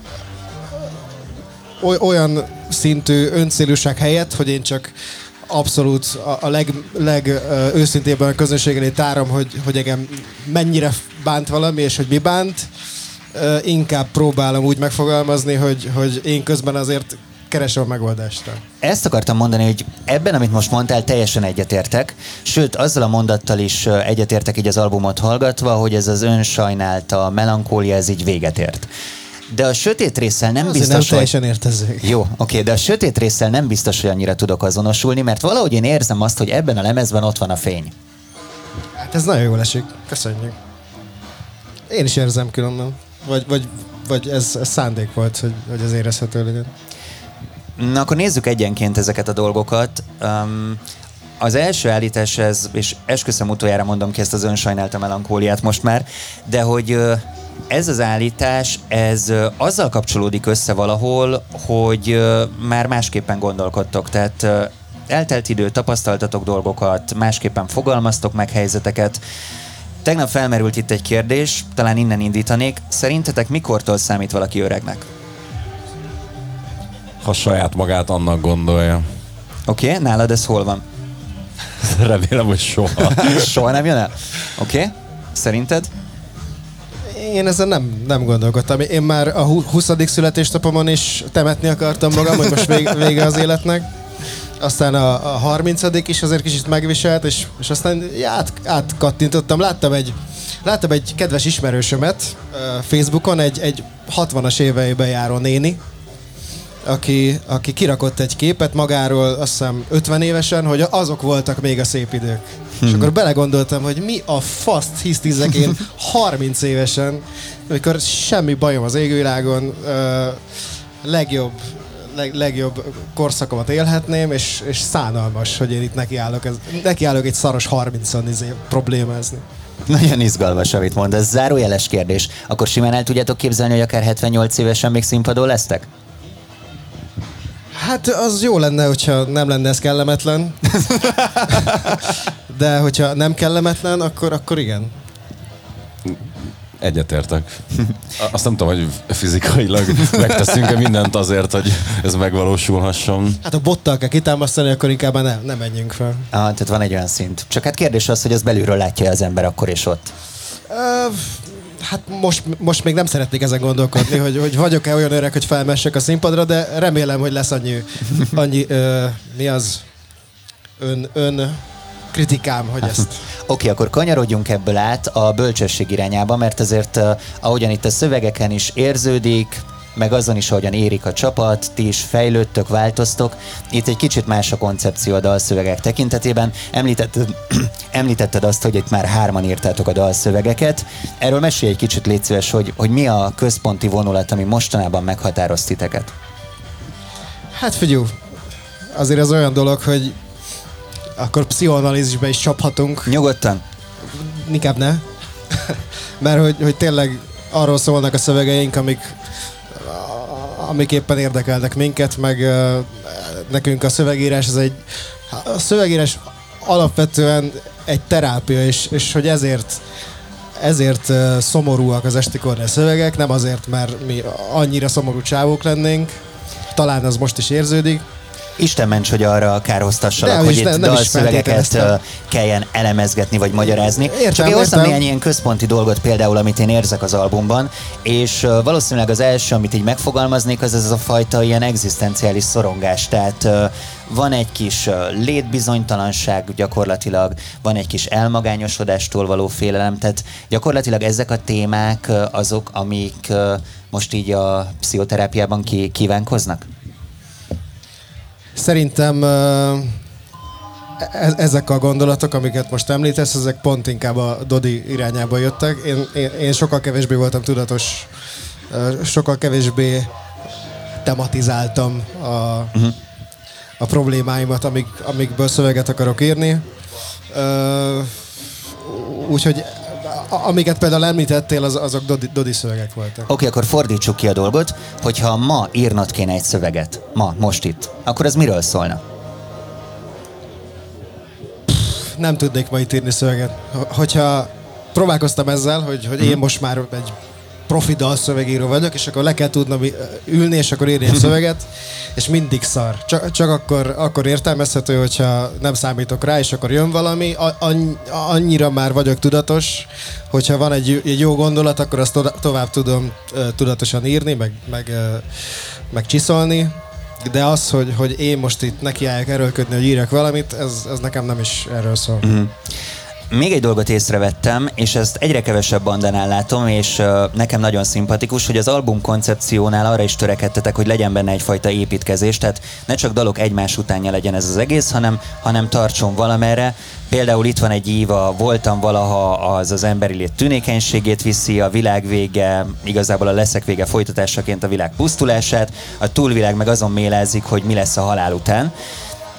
oly, olyan szintű öncélúság helyett, hogy én csak abszolút a, a leg, leg ö, őszintében a közönség elé tárom, hogy, hogy engem mennyire bánt valami, és hogy mi bánt. Ö, inkább próbálom úgy megfogalmazni, hogy, hogy én közben azért keresem a megoldást. Ezt akartam mondani, hogy ebben, amit most mondtál, teljesen egyetértek. Sőt, azzal a mondattal is egyetértek így az albumot hallgatva, hogy ez az önsajnálta melankólia, ez így véget ért. De a sötét résszel nem azért biztos, nem teljesen hogy... értezzük. Jó, oké, de a sötét résszel nem biztos, hogy annyira tudok azonosulni, mert valahogy én érzem azt, hogy ebben a lemezben ott van a fény. Hát ez nagyon jól esik. Köszönjük. Én is érzem különben. Vagy, vagy, vagy ez, ez szándék volt, hogy, hogy ez érezhető legyen. Na akkor nézzük egyenként ezeket a dolgokat. Um, az első állítás ez, és esküszöm utoljára mondom ki ezt az önsajnálta melankóliát most már, de hogy ö, ez az állítás, ez ö, azzal kapcsolódik össze valahol, hogy ö, már másképpen gondolkodtok, tehát ö, eltelt idő, tapasztaltatok dolgokat, másképpen fogalmaztok meg helyzeteket. Tegnap felmerült itt egy kérdés, talán innen indítanék. Szerintetek mikortól számít valaki öregnek? Ha saját magát annak gondolja. Oké, okay, nálad ez hol van? Remélem, hogy soha. Soha nem jön el? Oké, okay. Szerinted? Én ezen nem, nem gondolkodtam. Én már a huszadik születésnapomon is temetni akartam magam, hogy most vége, vége az életnek. Aztán a, a harmincadik is azért kicsit megviselt, és, és aztán át, átkattintottam. Láttam egy, láttam egy kedves ismerősömet uh, Facebookon, egy, egy hatvanas éveiben járó néni, aki, aki kirakott egy képet magáról, azt hiszem ötven évesen, hogy azok voltak még a szép idők. Hmm. És akkor belegondoltam, hogy mi a faszt hisztizzek én harminc évesen, amikor semmi bajom az égvilágon, uh, legjobb, leg, legjobb korszakomat élhetném, és, és szánalmas, hogy én itt nekiállok, ez, nekiállok egy szaros harmincon izé problémázni. Nagyon izgalmas, amit mond. Ez zárójeles kérdés. Akkor simán el tudjátok képzelni, hogy akár hetvennyolc évesen még színpadon lesztek? Hát az jó lenne, hogyha nem lenne ez kellemetlen. De hogyha nem kellemetlen, akkor, akkor igen. Egyetértek. Azt nem tudom, hogy fizikailag megteszünk-e mindent azért, hogy ez megvalósulhasson. Hát ha bottal kell kitámasztani, akkor inkább nem, nem menjünk fel. Ah, tehát van egy olyan szint. Csak hát kérdés az, hogy az belülről látja az ember akkor is ott. Uh, hát most, most még nem szeretnék ezen gondolkodni, hogy, hogy vagyok-e olyan öreg, hogy felmessek a színpadra, de remélem, hogy lesz annyi, annyi uh, mi az ön, ön kritikám, hogy ezt... Oké, okay, akkor kanyarodjunk ebből át a bölcsesség irányába, mert azért uh, ahogyan itt a szövegeken is érződik, meg azon is, ahogyan érik a csapat, ti is fejlődtök, változtok. Itt egy kicsit más a koncepció a dalszövegek tekintetében. Említetted, említetted azt, hogy itt már hárman írtátok a dalszövegeket. Erről mesélj egy kicsit, légy szíves, hogy, hogy mi a központi vonulat, ami mostanában meghatároz titeket? Hát figyelj, azért ez olyan dolog, hogy akkor pszichoanalízisbe is csaphatunk. Nyugodtan. Inkább ne. Mert hogy, hogy tényleg arról szólnak a szövegeink, amik, amik éppen érdekelnek minket, meg uh, nekünk a szövegírás, ez egy a szövegírás alapvetően egy terápia, és, és hogy ezért ezért uh, szomorúak az Esti Kornél szövegek, nem azért, mert mi annyira szomorú csávók lennénk, talán az most is érződik. Isten ments, hogy arra kárhoztassalak, hogy itt dalszövegeket kelljen elemezgetni vagy magyarázni. Értem, Csak én hoztam értem. néhány ilyen központi dolgot például, amit én érzek az albumban, és uh, valószínűleg az első, amit így megfogalmaznék, az ez a fajta ilyen egzisztenciális szorongás. Tehát uh, van egy kis uh, létbizonytalanság gyakorlatilag, van egy kis elmagányosodástól való félelem, tehát gyakorlatilag ezek a témák uh, azok, amik uh, most így a pszichoterápiában ki- kívánkoznak? Szerintem uh, e- ezek a gondolatok, amiket most említesz, ezek pont inkább a Dodi irányába jöttek. Én, én, én sokkal kevésbé voltam tudatos, uh, sokkal kevésbé tematizáltam a, uh-huh. a problémáimat, amik, amikből szöveget akarok írni. Uh, úgyhogy amiket például említettél, az, azok Dodi, Dodi szövegek voltak. Oké, okay, akkor fordítsuk ki a dolgot, hogyha ma írnod kéne egy szöveget, ma, most itt, akkor az miről szólna? Pff, nem tudnék ma itt írni szöveget. Hogyha próbálkoztam ezzel, hogy, hogy én most már egy profi dalszövegíró vagyok, és akkor le kell tudnom ülni, és akkor írni egy szöveget, és mindig szar. Csak, csak akkor, akkor értelmezhető, hogyha nem számítok rá, és akkor jön valami. A, annyira már vagyok tudatos, hogyha van egy, egy jó gondolat, akkor azt to- tovább tudom uh, tudatosan írni, meg, meg, uh, meg csiszolni. De az, hogy, hogy én most itt nekiálljak erőlködni, hogy írjak valamit, ez, ez nekem nem is erről szól. Mm. Még egy dolgot észrevettem, és ezt egyre kevesebb bandánál látom, és uh, nekem nagyon szimpatikus, hogy az album koncepciónál arra is törekedtetek, hogy legyen benne egyfajta építkezés, tehát ne csak dalok egymás utánja legyen ez az egész, hanem, hanem tartson valamerre. Például itt van egy ív, a voltam valaha, az az emberi lét tűnékenységét viszi, a világ vége, igazából a leszek vége folytatásaként a világ pusztulását, a túlvilág meg azon mélázik, hogy mi lesz a halál után.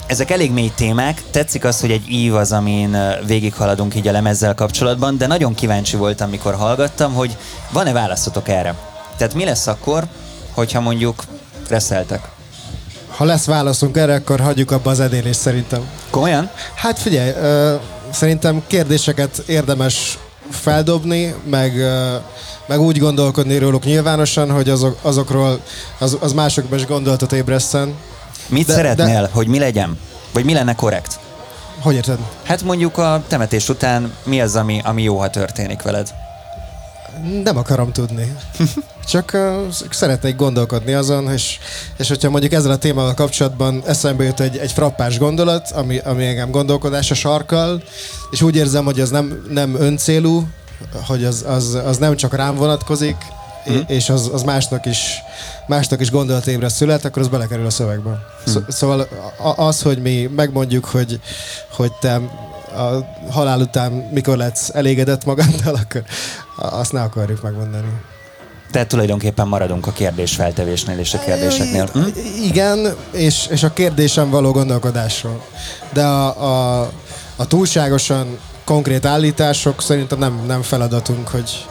ezek elég mély témák. Tetszik az, hogy egy ív az, amin végighaladunk így a lemezzel kapcsolatban, de nagyon kíváncsi voltam, mikor hallgattam, hogy van-e válaszotok erre? Tehát mi lesz akkor, hogyha mondjuk reszeltek? Ha lesz válaszunk erre, akkor hagyjuk abba az edélést szerintem. Komolyan? Hát figyelj, ö, szerintem kérdéseket érdemes feldobni, meg, ö, meg úgy gondolkodni róluk nyilvánosan, hogy azok, azokról az, az másokban is gondolatot ébreszten. Mit de, szeretnél, de... hogy mi legyen? Vagy mi lenne korrekt? Hogy érted? Hát mondjuk a temetés után mi az, ami, ami jó, ha történik veled? Nem akarom tudni. Csak uh, szeretnék gondolkodni azon, és, és hogyha mondjuk ezzel a témával kapcsolatban eszembe jut egy, egy frappás gondolat, ami, ami engem gondolkodásra sarkal, és úgy érzem, hogy az nem, nem öncélú, hogy az, az, az nem csak rám vonatkozik, mm. és az, az másnak is, másnak is gondolatébre szület, akkor az belekerül a szövegbe. Mm. Szó, szóval az, hogy mi megmondjuk, hogy, hogy te a halál után mikor lehetsz elégedett magaddal, akkor azt ne akarjuk megmondani. Tehát tulajdonképpen maradunk a kérdésfeltevésnél és a kérdéseknél. Hm? Igen, és, és a kérdésem való gondolkodásról. De a, a, a túlságosan konkrét állítások szerintem nem, nem feladatunk, hogy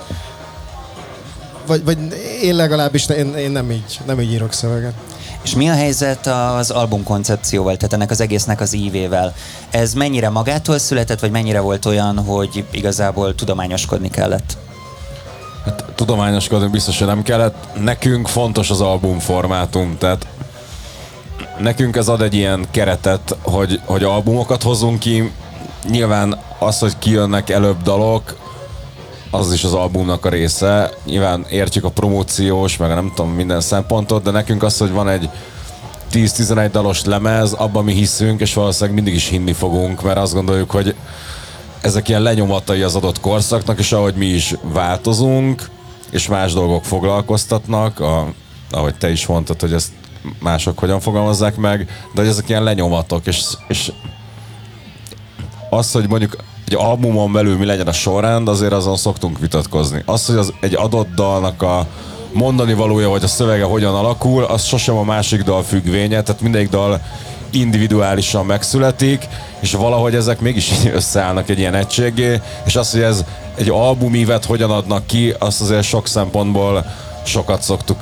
vagy, vagy én legalábbis én, én nem, így, nem így írok szöveget. És mi a helyzet az albumkoncepcióval, tehát ennek az egésznek az ívével? Ez mennyire magától született, vagy mennyire volt olyan, hogy igazából tudományoskodni kellett? Hát, tudományoskodni biztos, hogy nem kellett. Nekünk fontos az albumformátum, tehát nekünk ez ad egy ilyen keretet, hogy, hogy albumokat hozzunk ki. Nyilván az, hogy kijönnek előbb dalok, az is az albumnak a része. Nyilván értjük a promóciós, meg nem tudom, minden szempontot, de nekünk az, hogy van egy tíz-tizenegy dalos lemez, abban mi hiszünk, és valószínűleg mindig is hinni fogunk, mert azt gondoljuk, hogy ezek ilyen lenyomatai az adott korszaknak, és ahogy mi is változunk, és más dolgok foglalkoztatnak, a, ahogy te is mondtad, hogy ezt mások hogyan fogalmazzák meg, de hogy ezek ilyen lenyomatok, és, és az, hogy mondjuk egy albumon belül mi legyen a sorrend, azért azon szoktunk vitatkozni. Az, hogy az egy adott dalnak a mondani valója, vagy a szövege hogyan alakul, az sosem a másik dal függvénye, tehát mindegyik dal individuálisan megszületik, és valahogy ezek mégis összeállnak egy ilyen egységgé, és az, hogy ez egy albumívet hogyan adnak ki, azt azért sok szempontból sokat szoktuk,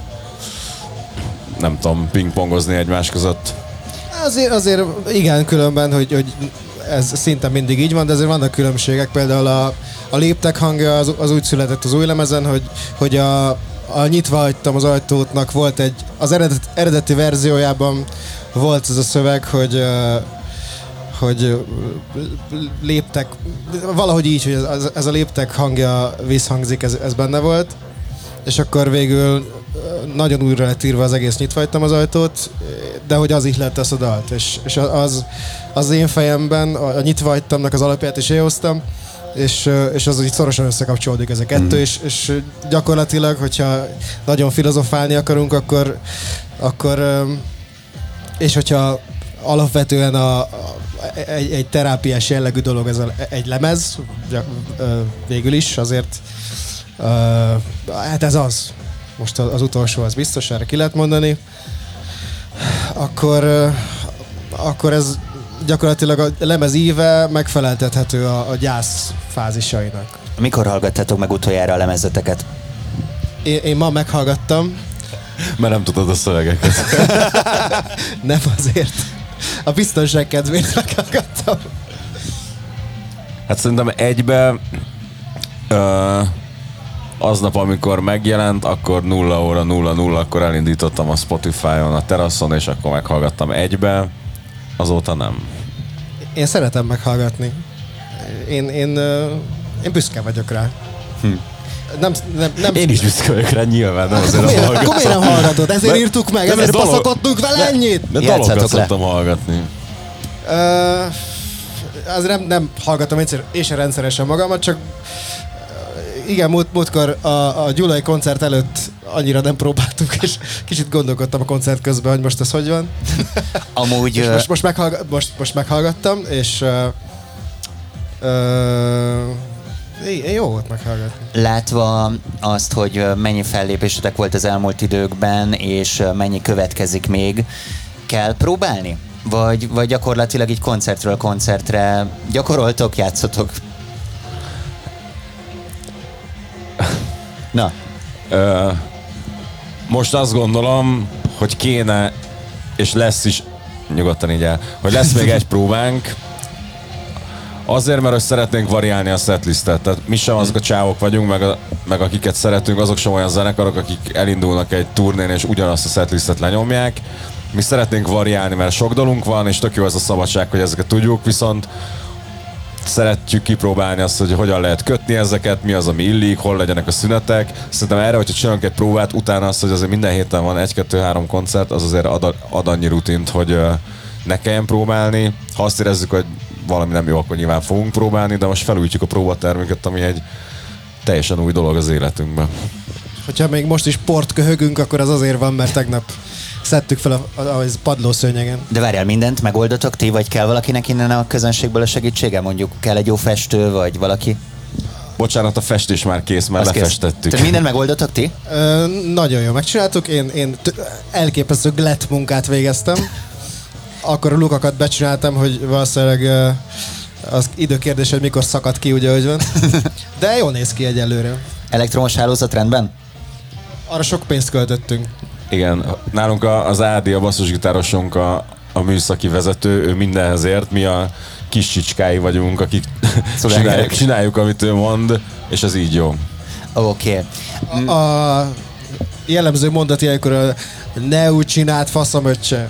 nem tudom, pingpongozni egymás között. Azért, azért igen, különben, hogy, hogy ez szinte mindig így van, de azért vannak különbségek. Például a, a léptek hangja az, az úgy született az új lemezen, hogy, hogy a, a nyitva hagytam az ajtótnak volt egy, az eredet, eredeti verziójában volt ez a szöveg, hogy, hogy léptek, valahogy így, hogy ez, ez a léptek hangja visszhangzik, ez, ez benne volt, és akkor végül nagyon újra lett írva az egész nyitva hagytam az ajtót, de hogy az ihlet ezt a dalt, és, és az, az én fejemben a nyitva hagytamnak az alapját is én hoztam, és, és az így szorosan összekapcsolódik ez a kettő, mm. és, és gyakorlatilag, hogyha nagyon filozofálni akarunk, akkor, akkor és hogyha alapvetően a, a, egy, egy terápiás jellegű dolog ez a, egy lemez, végül is, azért hát ez az. Most az utolsó az biztos, erre ki lehet mondani. Akkor, akkor ez gyakorlatilag a lemez íve megfeleltethető a, a gyász fázisainak. Mikor hallgattátok meg utoljára a lemezeteket? Én, én ma meghallgattam. Mert nem tudod a szövegeket. Nem azért. A biztonság kedvéért meghallgattam. Hát szerintem egybe uh, aznap, amikor megjelent, akkor nulla óra nulla nulla, akkor elindítottam a Spotify-on, a teraszon, és akkor meghallgattam egybe. Azóta nem. Én szeretem meghallgatni. Én, én, én büszke vagyok rá. Hm. Nem, nem, nem... Én is büszke vagyok rá, nyilván, nem azért nem hallgatom. Akkor miért nem hallgatod? Ezért mert, írtuk meg, ezért baszakodtunk vele ennyit? De dalokat szoktam hallgatni. Uh, az nem, nem hallgatom egyszer, és rendszeresen magamat, csak igen, múlt, múltkor a, a gyulai koncert előtt annyira nem próbáltuk, és kicsit gondolkodtam a koncert közben, hogy most ez hogy van. Amúgy... és most, most, meghallg- most, most meghallgattam, és uh, uh, jó volt meghallgatni. Látva azt, hogy mennyi fellépésetek volt az elmúlt időkben, és mennyi következik még, kell próbálni? Vagy, vagy gyakorlatilag így koncertről koncertre gyakoroltok, játszotok? Na. Ö, most azt gondolom, hogy kéne, és lesz is, nyugodtan így el, hogy lesz még egy próbánk, azért, mert hogy szeretnénk variálni a setlistet. Tehát mi sem azok a csávok vagyunk, meg, a, meg akiket szeretünk, azok sem olyan zenekarok, akik elindulnak egy turnén és ugyanazt a setlistet lenyomják. Mi szeretnénk variálni, mert sok dolunk van, és tök jó ez a szabadság, hogy ezeket tudjuk, viszont szeretjük kipróbálni azt, hogy hogyan lehet kötni ezeket, mi az, ami illik, hol legyenek a szünetek. Szerintem erre, hogyha csinálunk egy próbát, utána azt, hogy azért minden héten van egy-kettő-három koncert, az azért ad, ad annyi rutint, hogy uh, ne kelljen próbálni. Ha azt érezzük, hogy valami nem jó, akkor nyilván fogunk próbálni, de most felújítjuk a próbatermünket, ami egy teljesen új dolog az életünkben. Hogyha még most is port köhögünk, akkor az azért van, mert tegnap szedtük fel a, a, a padlószőnyegen. De várjál, mindent megoldotok ti, vagy kell valakinek innen a közönségből a segítsége? Mondjuk kell egy jó festő, vagy valaki? Bocsánat, a festés már kész, már Azt lefestettük. Tehát mindent megoldotok ti? Ö, nagyon jó megcsináltuk, én, én t- elképesztő glett munkát végeztem. Akkor a lukakat becsináltam, hogy valószínűleg uh, az időkérdés, hogy mikor szakad ki, ugye, hogy van. De jól néz ki egyelőre. Elektromos hálózat rendben? Arra sok pénzt költöttünk. Igen, nálunk a, az Ádi, a basszusgitárosunk a, a műszaki vezető, ő mindenhez ért, mi a kis csicskái vagyunk, akik csináljuk, csináljuk, amit ő mond, és ez így jó. Oké. Okay. A, a jellemző mondat ilyenkor a ne úgy csinált, faszamöccse.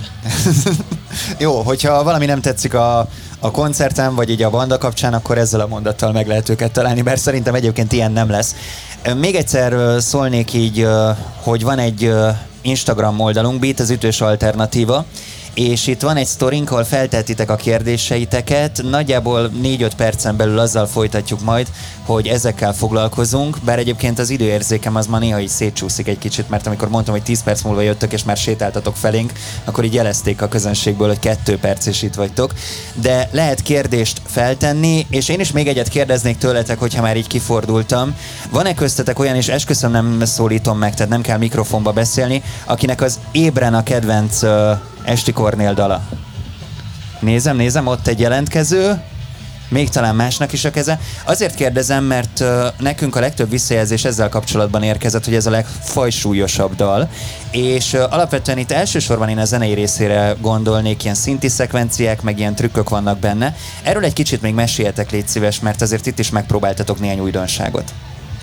Jó, hogyha valami nem tetszik a, a koncerten, vagy így a banda kapcsán, akkor ezzel a mondattal meg lehet őket találni, mert szerintem egyébként ilyen nem lesz. Még egyszer szólnék így, hogy van egy Instagram oldalunk, Beat az ütős alternatíva, és itt van egy sztorink, ahol feltehetitek a kérdéseiteket. Nagyjából négy-öt percen belül azzal folytatjuk majd, hogy ezekkel foglalkozunk, bár egyébként az időérzékem az ma néha így szétcsúszik egy kicsit, mert amikor mondtam, hogy tíz perc múlva jöttök és már sétáltatok felénk, akkor így jelezték a közönségből, hogy kettő perc és itt vagytok. De lehet kérdést feltenni, és én is még egyet kérdeznék tőletek, hogyha már így kifordultam. Van-e köztetek olyan, és esküszöm nem szólítom meg, tehát nem kell mikrofonba beszélni, akinek az ébren a kedvenc uh, Esti Kornél dala? Nézem, nézem, ott egy jelentkező, még talán másnak is a keze. Azért kérdezem, mert uh, nekünk a legtöbb visszajelzés ezzel kapcsolatban érkezett, hogy ez a legfajsúlyosabb dal, és uh, alapvetően itt elsősorban én a zenei részére gondolnék, ilyen szinti szekvenciák, meg ilyen trükkök vannak benne. Erről egy kicsit még meséljetek, légy szíves, mert azért itt is megpróbáltatok néhány újdonságot.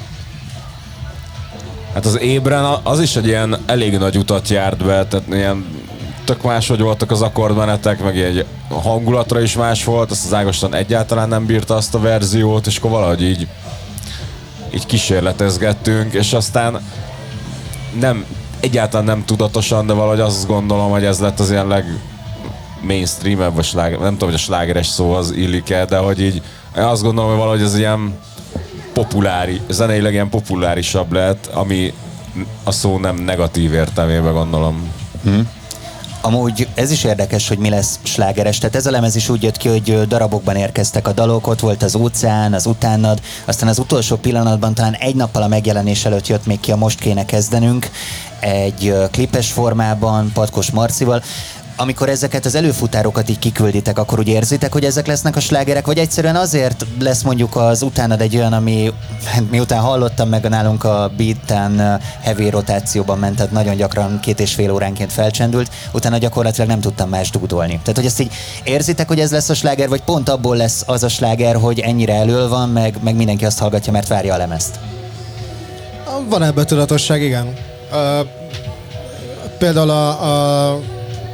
Hát az ébren az is egy ilyen elég nagy utat járt be, tehát ilyen tök máshogy voltak az akkordmenetek, meg egy hangulatra is más volt, azt az Ágoston egyáltalán nem bírta azt a verziót, és akkor valahogy így, így kísérletezgettünk, és aztán nem, egyáltalán nem tudatosan, de valahogy azt gondolom, hogy ez lett az ilyen leg mainstream-ebb, vagy sláger, nem tudom, hogy a slágeres szó az illik-e, de hogy így azt gondolom, hogy valahogy ez ilyen populári, zeneileg ilyen populárisabb lett, ami a szó nem negatív értelmében gondolom. Hmm. Amúgy ez is érdekes, hogy mi lesz slágeres. Tehát ez a lemez is úgy jött ki, hogy darabokban érkeztek a dalok, ott volt az Óceán, az Utánad, aztán az utolsó pillanatban, talán egy nappal a megjelenés előtt jött még ki a Most kéne kezdenünk, egy klipes formában, Patkos Marcival. Amikor ezeket az előfutárokat így kikülditek, akkor úgy érzitek, hogy ezek lesznek a slágerek, vagy egyszerűen azért lesz mondjuk az Utánad egy olyan, ami miután hallottam meg nálunk a Beaten heavy rotációban ment, tehát nagyon gyakran két és fél óránként felcsendült, utána gyakorlatilag nem tudtam más dúdolni. Tehát, hogy ezt így érzitek, hogy ez lesz a sláger, vagy pont abból lesz az a sláger, hogy ennyire elől van, meg, meg mindenki azt hallgatja, mert várja a lemezt? Van ebben tudatosság, igen. Uh, például a, a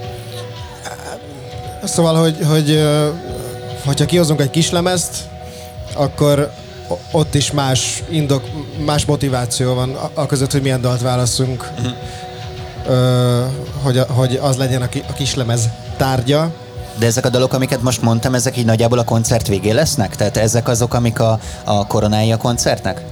Szóval, hogy, hogy hogyha kihozunk egy kislemezt, akkor ott is más indok, más motiváció van a között, hogy milyen dalt válaszunk, uh-huh. Ö, hogy, hogy az legyen a, ki, a kislemez tárgya. De ezek a dalok, amiket most mondtam, ezek így nagyjából a koncert végén lesznek? Tehát ezek azok, amik a, a koronái a koncertnek?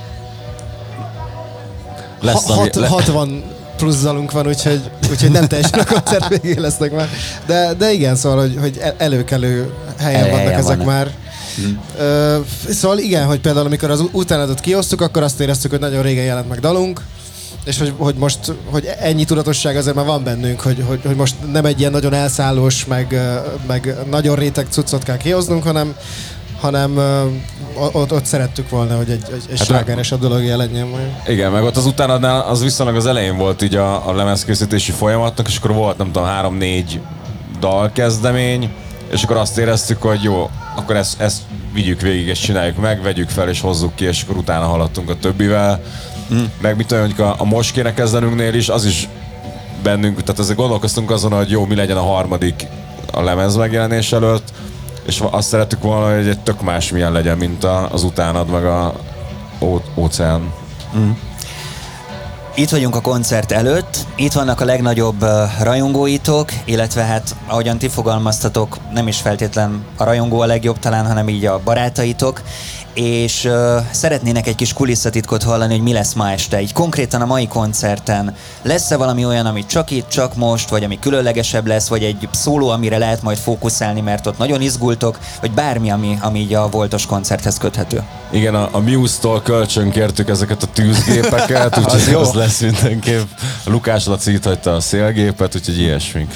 Lesz, ha, hat, le... hatvan plusz zalunk van, úgyhogy, úgyhogy nem teljesen a koncert végén lesznek már. De, de igen, szóval, hogy, hogy előkelő helyen Elő vannak helyen ezek vannak. Már. Hmm. Uh, szóval igen, hogy például amikor az Utánadot kiosztuk, akkor azt éreztük, hogy nagyon régen jelent meg dalunk, és hogy, hogy most, hogy ennyi tudatosság azért már van bennünk, hogy, hogy, hogy most nem egy ilyen nagyon elszállós, meg, meg nagyon réteg cuccot kell kihoznunk, hanem hanem uh, ott, ott szerettük volna, hogy egy, egy, egy hát slágeresebb dolog jelenjen majd. Igen, meg ott az utánadnál az viszonylag az elején volt így a, a lemezkészítési folyamatnak, és akkor volt nem tudom három-négy dalkezdemény, és akkor azt éreztük, hogy jó, akkor ezt, ezt vigyük végig, és csináljuk meg, vegyük fel, és hozzuk ki, és akkor utána haladtunk a többivel. Mm. Meg mit tudom, hogy a, a most kéne kezdenünknél is, az is bennünk, tehát azért gondolkoztunk azon, hogy jó, mi legyen a harmadik a lemez megjelenés előtt, és azt szerettük volna, hogy egy tök más milyen legyen, mint az utánad, meg a óceán. Mm. Itt vagyunk a koncert előtt, itt vannak a legnagyobb rajongóitok, illetve hát, ahogyan ti fogalmaztatok, nem is feltétlen a rajongó a legjobb talán, hanem így a barátaitok, és uh, szeretnének egy kis kulisszatitkot hallani, hogy mi lesz ma este. Így konkrétan a mai koncerten lesz-e valami olyan, ami csak itt, csak most, vagy ami különlegesebb lesz, vagy egy szóló, amire lehet majd fókuszálni, mert ott nagyon izgultok, vagy bármi, ami, ami így a voltos koncerthez köthető. Igen, a, a Muse-tól kölcsönkértük ezeket a tűzgépeket, úgyhogy az, az lesz mindenképp. Lukás Laci itt hagyta a szélgépet, úgyhogy ilyesmink.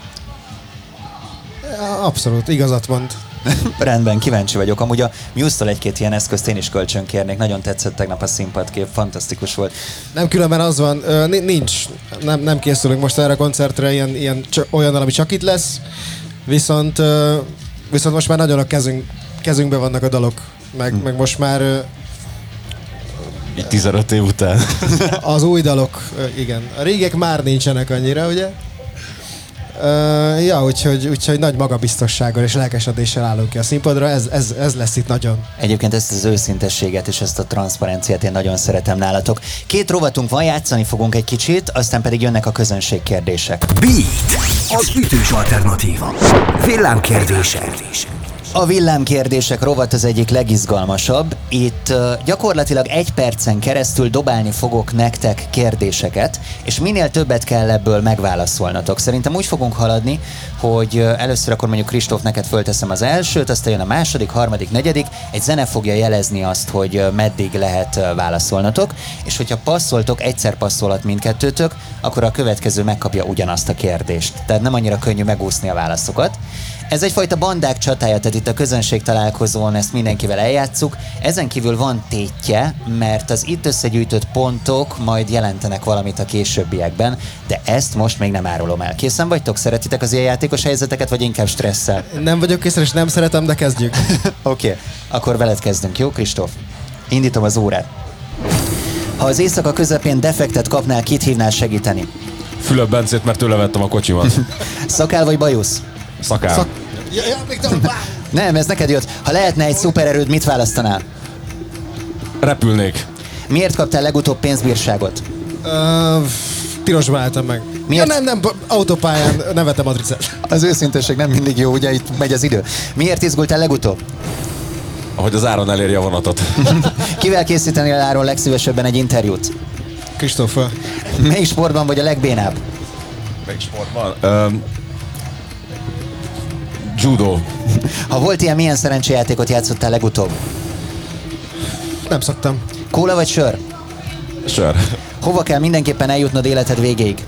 Abszolút, igazat mond. Rendben, kíváncsi vagyok. Amúgy a Muse-tól egy-két ilyen eszközt én is kölcsönkérnék. Nagyon tetszett tegnap a színpadkép, fantasztikus volt. Nem, különben az van, nincs, nem, nem készülünk most erre a koncertre ilyen, ilyen olyan, ami csak itt lesz, viszont, viszont most már nagyon a kezünk, kezünkben vannak a dalok, meg, hmm. meg most már... Így tizenöt év után. Az új dalok, igen. A régek már nincsenek annyira, ugye? Uh, ja, úgyhogy, úgyhogy nagy magabiztossággal és lelkesedéssel állunk ki a színpadra, ez, ez, ez lesz itt nagyon. Egyébként ezt az őszintességet és ezt a transzparenciát én nagyon szeretem nálatok. Két rovatunk van, játszani fogunk egy kicsit, aztán pedig jönnek a közönség kérdések. Beat, az ütős alternatíva. Villámkérdések. A villámkérdések rovat az egyik legizgalmasabb. Itt uh, gyakorlatilag egy percen keresztül dobálni fogok nektek kérdéseket, és minél többet kell ebből megválaszolnatok. Szerintem úgy fogunk haladni, hogy uh, először akkor mondjuk Kristóf, neked fölteszem az elsőt, aztán jön a második, harmadik, negyedik, egy zene fogja jelezni azt, hogy uh, meddig lehet uh, válaszolnatok, és hogyha passzoltok, egyszer passzolhat mindkettőtök, akkor a következő megkapja ugyanazt a kérdést. Tehát nem annyira könnyű megúszni a válaszokat. Ez egyfajta bandák csatája, tehát itt a közönség találkozón ezt mindenkivel eljátsszuk. Ezen kívül van tétje, mert az itt összegyűjtött pontok majd jelentenek valamit a későbbiekben, de ezt most még nem árulom el. Készen vagytok? Szeretitek az ilyen játékos helyzeteket, vagy inkább stresszel? Nem vagyok készen, és nem szeretem, de kezdjük. Oké, okay. Akkor veled kezdünk, jó Kristóf? Indítom az órát. Ha az éjszaka közepén defektet kapnál, kit hívnál segíteni? Fülöp Bencét, mert tőle vettem a kocsimat. Szakál vagy bajusz? Szakál. Szak... Ja, ja, még tudom. Nem, ez neked jött. Ha lehetne egy szupererőd, mit választanál? Repülnék. Miért kaptál legutóbb pénzbírságot? Uh, pirosban álltam meg. Miért? Ja, nem, nem, autópályán nevettem matricát. Az őszintesség nem mindig jó, ugye itt megy az idő. Miért izgultál legutóbb? Ahogy az Áron eléri a vonatot. Kivel készítenél Áron legszívesebben egy interjút? Kristóffal. Melyik sportban vagy a legbénább? Melyik sportban? Um, judo. Ha volt ilyen, milyen szerencséjátékot játszottál legutóbb? Nem szoktam. Kóla vagy sör? Sör. Hova kell mindenképpen eljutnod életed végéig?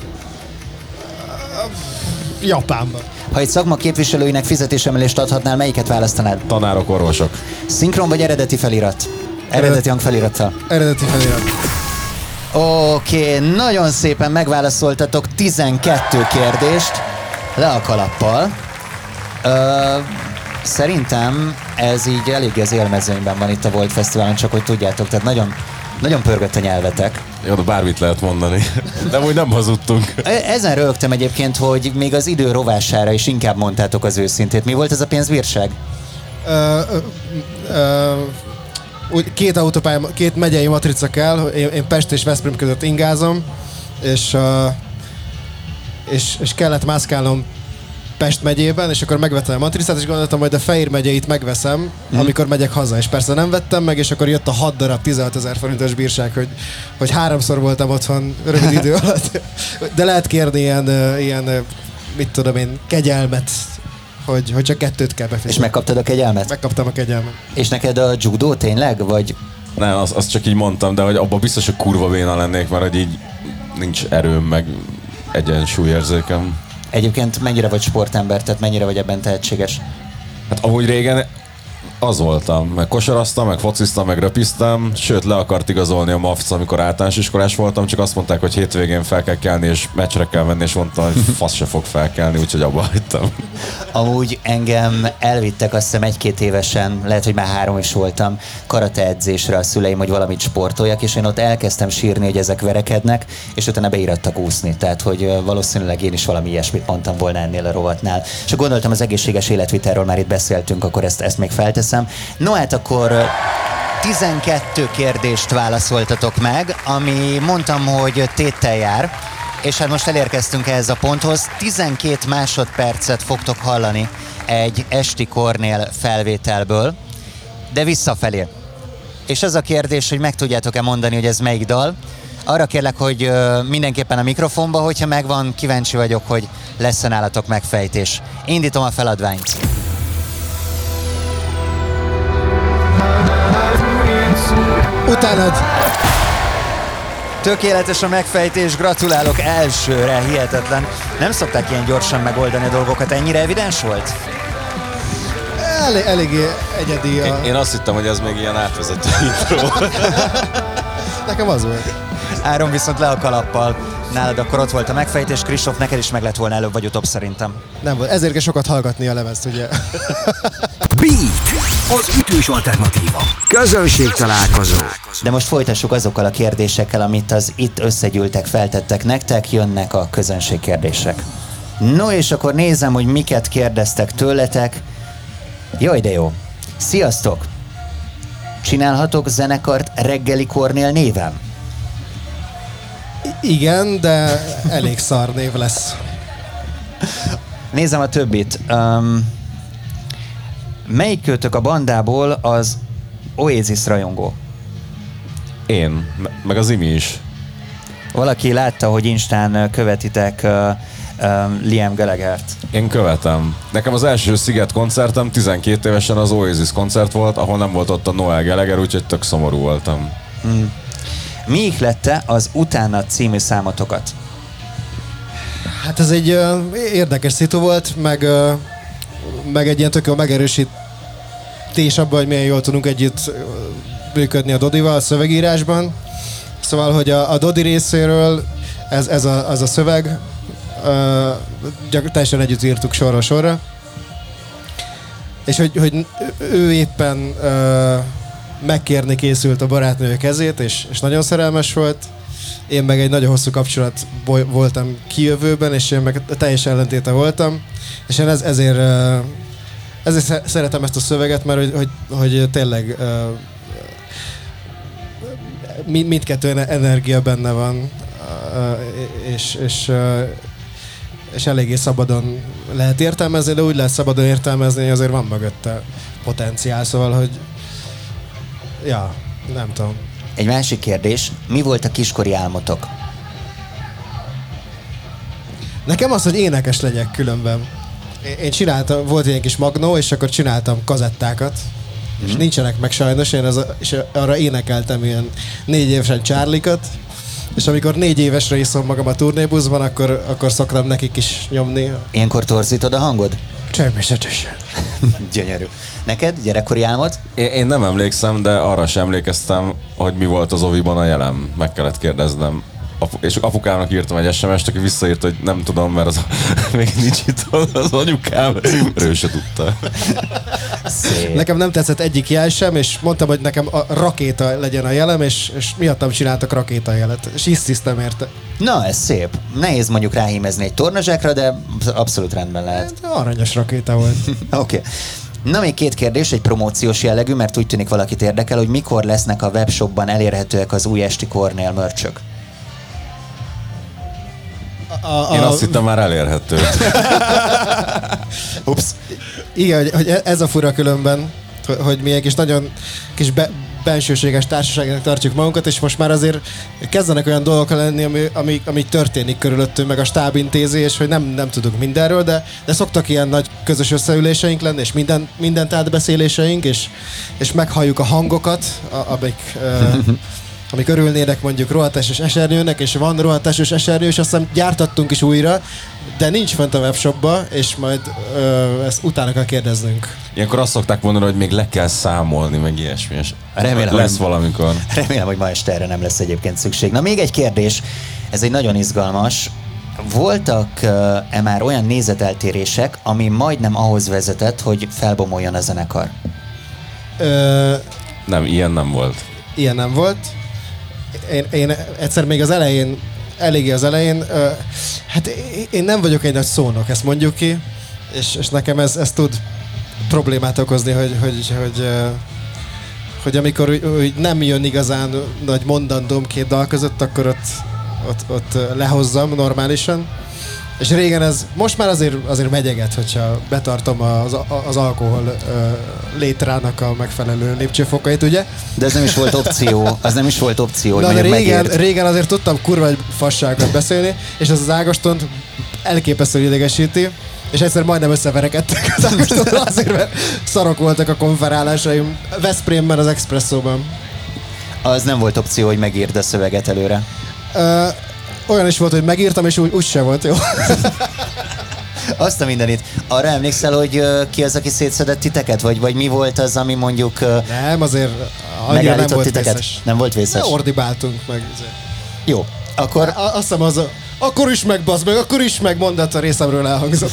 Japánba. Ha egy szakma képviselőinek fizetésemelést adhatnál, melyiket választanád? Tanárok, orvosok. Szinkron vagy eredeti felirat? Eredeti hangfelirattal. Eredeti felirat. Oké, okay, nagyon szépen megválaszoltatok tizenkettő kérdést le a kalappal. Ö, szerintem ez így elég az élmezőnyben van itt a Volt Fesztiválon, csak hogy tudjátok, tehát nagyon, nagyon pörgött a nyelvetek. Jó, de bármit lehet mondani. De úgy nem hazudtunk. Ezen rögtem egyébként, hogy még az idő rovására is inkább mondtátok az őszintét. Mi volt ez a pénzbírság? Ö, ö, ö, úgy két autópályám, két megyei matrica kell, én, én Pest és Veszprém között ingázom, és, uh, és, és kellett mászkálnom Pest megyében, és akkor megvettem a matricát, és gondoltam, hogy a Fejér megyeit megveszem, hmm. amikor megyek haza, és persze nem vettem meg, és akkor jött a hat darab tizenhatezer forintos bírság, hogy, hogy háromszor voltam otthon rövid idő alatt. De lehet kérni ilyen, ilyen mit tudom én, kegyelmet, hogy, hogy csak kettőt kell befizetni. És megkaptad a kegyelmet? Megkaptam a kegyelmet. És neked a judo tényleg, vagy? Nem, azt, azt csak így mondtam, de hogy abban biztos, hogy kurva béna lennék, mert hogy így nincs erőm, meg egyensúlyérzékem. Egyébként mennyire vagy sportember, tehát mennyire vagy ebben tehetséges? Hát amúgy régen az voltam, meg kosaraztam, meg fociztam, meg röpiztem, sőt le akart igazolni a MAFC, amikor általános iskolás voltam, csak azt mondták, hogy hétvégén fel kell kelni, és meccsre kell menni, és mondtam, hogy fasz se fog felkelni, úgyhogy abba hagytam. Amúgy engem elvittek, azt hiszem egy-két évesen, lehet, hogy már három is voltam, karate edzésre a szüleim, hogy valamit sportoljak, és én ott elkezdtem sírni, hogy ezek verekednek, és utána beirattak úszni. Tehát, hogy valószínűleg én is valami ilyesmit mondtam volna ennél a rovatnál. És gondoltam, az egészséges életvitelről már itt beszéltünk, akkor ezt, ezt még felteszem. No hát akkor tizenkét kérdést válaszoltatok meg, ami mondtam, hogy téttel jár, és hát most elérkeztünk ehhez a ponthoz. tizenkét másodpercet fogtok hallani egy Esti Kornél felvételből, de visszafelé. És az a kérdés, hogy meg tudjátok-e mondani, hogy ez melyik dal. Arra kérlek, hogy mindenképpen a mikrofonba, hogyha megvan, kíváncsi vagyok, hogy lesz-e nálatok megfejtés. Indítom a feladványt. Utánad! Tökéletes a megfejtés, gratulálok elsőre, hihetetlen. Nem szokták ilyen gyorsan megoldani a dolgokat, ennyire evidens volt? Elég, eléggé egyedi a... Én, én azt hittem, hogy ez még ilyen átvezető intro. Nekem az volt. Áron viszont le a kalappal. Nálad akkor ott volt a megfejtés, Kristóf, neked is meg lett volna előbb vagy utóbb szerintem. Nem volt. Ezért kell sokat hallgatni a lemezt, ugye? Beat, az ütős alternatíva. Közönség találkozó. De most folytassuk azokkal a kérdésekkel, amit az itt összegyűltek, feltettek nektek, jönnek a közönség kérdések. No és akkor nézem, hogy miket kérdeztek tőletek. Jaj, de jó. Sziasztok! Csinálhatok zenekart Reggeli Kornél néven? Igen, de elég szar név lesz. Nézem a többit. Um, melyik kötök a bandából az Oasis rajongó? Én, meg az Imi is. Valaki látta, hogy Instán követitek uh, um, Liam Gallaghert. Én követem. Nekem az első Sziget koncertem tizenkét évesen az Oasis koncert volt, ahol nem volt ott a Noel Gallagher, úgyhogy tök szomorú voltam. Hmm. Mi ihlette az Utána című számotokat? Hát ez egy uh, érdekes szitu volt, meg, uh, meg egy ilyen tök jó megerősítés abban, hogy milyen jól tudunk együtt uh, működni a Dodival a szövegírásban. Szóval, hogy a, a Dodi részéről ez, ez a, az a szöveg, uh, gyak, teljesen együtt írtuk sorra sorra. És hogy, hogy ő éppen uh, megkérni készült a barátnője kezét, és, és nagyon szerelmes volt. Én meg egy nagyon hosszú kapcsolat voltam kijövőben, és én meg teljes ellentéte voltam. És én ez, ezért, ezért szeretem ezt a szöveget, mert hogy, hogy, hogy tényleg mindkettő energia benne van, és, és, és eléggé szabadon lehet értelmezni, de úgy lehet szabadon értelmezni, hogy azért van mögötte potenciál, szóval, hogy ja, nem tudom. Egy másik kérdés, mi volt a kiskori álmotok? Nekem az, hogy énekes legyek különben. Én csináltam, volt ilyen kis magnó, és akkor csináltam kazettákat, mm-hmm. és nincsenek meg sajnos, én az, és arra énekeltem ilyen négy évesen Charlie-kat, és amikor négy évesre iszom magam a turnébuszban, akkor, akkor szoktam nekik is nyomni. Ilyenkor torzítod a hangod? Természetesen. Gyönyörű. Neked gyerekkori álmod? Én, én nem emlékszem, de arra sem emlékeztem, hogy mi volt az oviban a jelem. Meg kellett kérdeznem. Apu, és apukámnak írtam egy es em est, aki visszaírt, hogy nem tudom, mert az még nincs itt az anyukám. Ő se tudta. Szép. Nekem nem tetszett egyik jel sem, és mondtam, hogy nekem a rakéta legyen a jelem, és, és miattam csináltak rakéta jelet. És hisztisztem érte. Na, ez szép. Nehéz mondjuk ráhímezni egy tornazsákra, de abszolút rendben lehet. Aranyos rakéta volt. Oké. Okay. Na, még két kérdés, egy promóciós jellegű, mert úgy tűnik valakit érdekel, hogy mikor lesznek a webshopban elérhetőek az új Esti Kornél merchök. A, a, Én azt hittem már elérhető. Ups. Igen, hogy, hogy ez a fura különben, hogy mi egy kis nagyon kis be, bensőséges társaságnak tartjuk magunkat, és most már azért kezdenek olyan dolgok lenni, ami, ami, ami történik körülöttünk, meg a stáb intézi, és hogy nem, nem tudunk mindenről, de, de szoktak ilyen nagy közös összeüléseink lenni, és minden, mindent átbeszéléseink, és, és meghalljuk a hangokat, a, amik, uh, amik örülnének mondjuk rohatásos esernyőnek, és van rohatásos esernyő, és azt hiszem gyártattunk is újra, de nincs fent a webshopba, és majd ö, ezt utána kell kérdeznünk. Ilyenkor azt szokták mondani, hogy még le kell számolni, meg ilyesmi. És Remélem, lesz hogy, valamikor. Remélem, hogy ma este erre nem lesz egyébként szükség. Na még egy kérdés, ez egy nagyon izgalmas. Voltak-e már olyan nézeteltérések, ami majdnem ahhoz vezetett, hogy felbomoljon a zenekar? Ö, Nem, ilyen nem volt. Ilyen nem volt. Én, én egyszer még az elején, eléggé az elején, ö, hát én nem vagyok egy nagy szónok, ezt mondjuk ki, és, és nekem ez, ez tud problémát okozni, hogy, hogy, hogy, hogy, hogy amikor úgy, úgy nem jön igazán nagy mondandóm két dal között, akkor ott, ott, ott lehozzam normálisan. És régen ez, most már azért, azért megyeget, hogyha betartom az, az alkohol uh, létrának a megfelelő lépcsőfokait, ugye? De ez nem is volt opció, az nem is volt opció, hogy Na, de mondjuk régen, megért. régen azért tudtam kurva egy fasságot beszélni, és ez az Ágostont elképesztően idegesíti, és egyszer majdnem összeverekedtek az Ágostonnal azért, mert szarok voltak a konferálásaim Veszprémben, az Expresszóban. Az nem volt opció, hogy megírd a szöveget előre. Uh, olyan is volt, hogy megírtam, és úgy, úgy sem volt jó. Azt a mindenit. Arra emlékszel, hogy uh, ki az, aki szétszedett titeket? Vagy, vagy mi volt az, ami mondjuk uh, Nem, azért annyira nem megállított volt titeket? vészes. Nem volt vészes? Ne ordibáltunk meg. Jó, akkor... A, azt hiszem az a, akkor is meg, bazd meg, akkor is meg mondat a részemről elhangzott.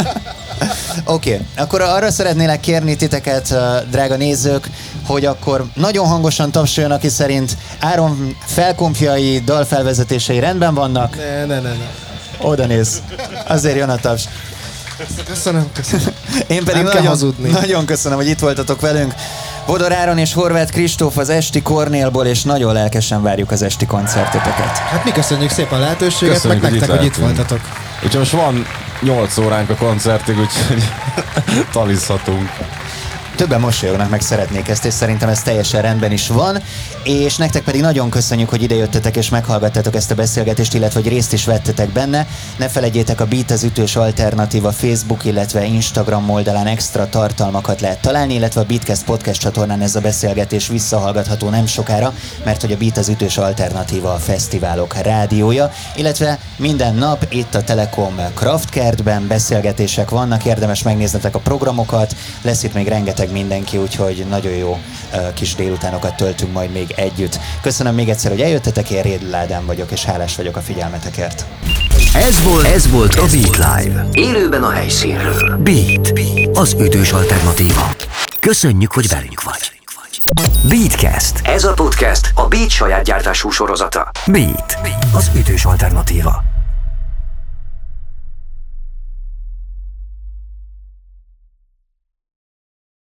Oké, okay. Akkor arra szeretnélek kérni titeket, uh, drága nézők, hogy akkor nagyon hangosan tapsoljon, aki szerint Áron felkompjai, dalfelvezetései rendben vannak. Ne, ne, ne, ne. Oda néz. Azért jön a taps. Köszönöm, köszönöm. Én pedig Nem kell nagyon, hazudni. nagyon köszönöm, hogy itt voltatok velünk. Bodor Áron és Horváth Kristóf az Esti Kornélból, és nagyon lelkesen várjuk az esti koncerteteket. Hát mi köszönjük szépen a lehetőséget, Köszönjük, meg hogy nektek, itt hogy itt lehetünk. voltatok. Úgyhogy most van nyolc óránk a koncertig, úgyhogy talizhatunk. Többen mosolyognak, meg szeretnék ezt, és szerintem ez teljesen rendben is van, és nektek pedig nagyon köszönjük, hogy idejöttetek és meghallgattátok ezt a beszélgetést, illetve hogy részt is vettetek benne. Ne felejtjétek, a Beat az ütős alternatíva Facebook, illetve Instagram oldalán extra tartalmakat lehet találni, illetve a Beatcast podcast csatornán ez a beszélgetés visszahallgatható nem sokára, mert hogy a Beat az ütős alternatíva a fesztiválok rádiója, illetve minden nap itt a Telekom Kraftkertben beszélgetések vannak, érdemes megnéznetek a programokat, lesz itt még rengeteg mindenki, úgyhogy nagyon jó uh, kis délutánokat töltünk majd még együtt. Köszönöm még egyszer, hogy eljöttetek, én Rédl Ádám vagyok, és hálás vagyok a figyelmetekért. Ez volt, ez volt a Beat Live. Élőben a helyszínről. Beat, az ütős alternatíva. Köszönjük, hogy velünk vagy. Beatcast. Ez a podcast a Beat saját gyártású sorozata. Beat, az ütős alternatíva.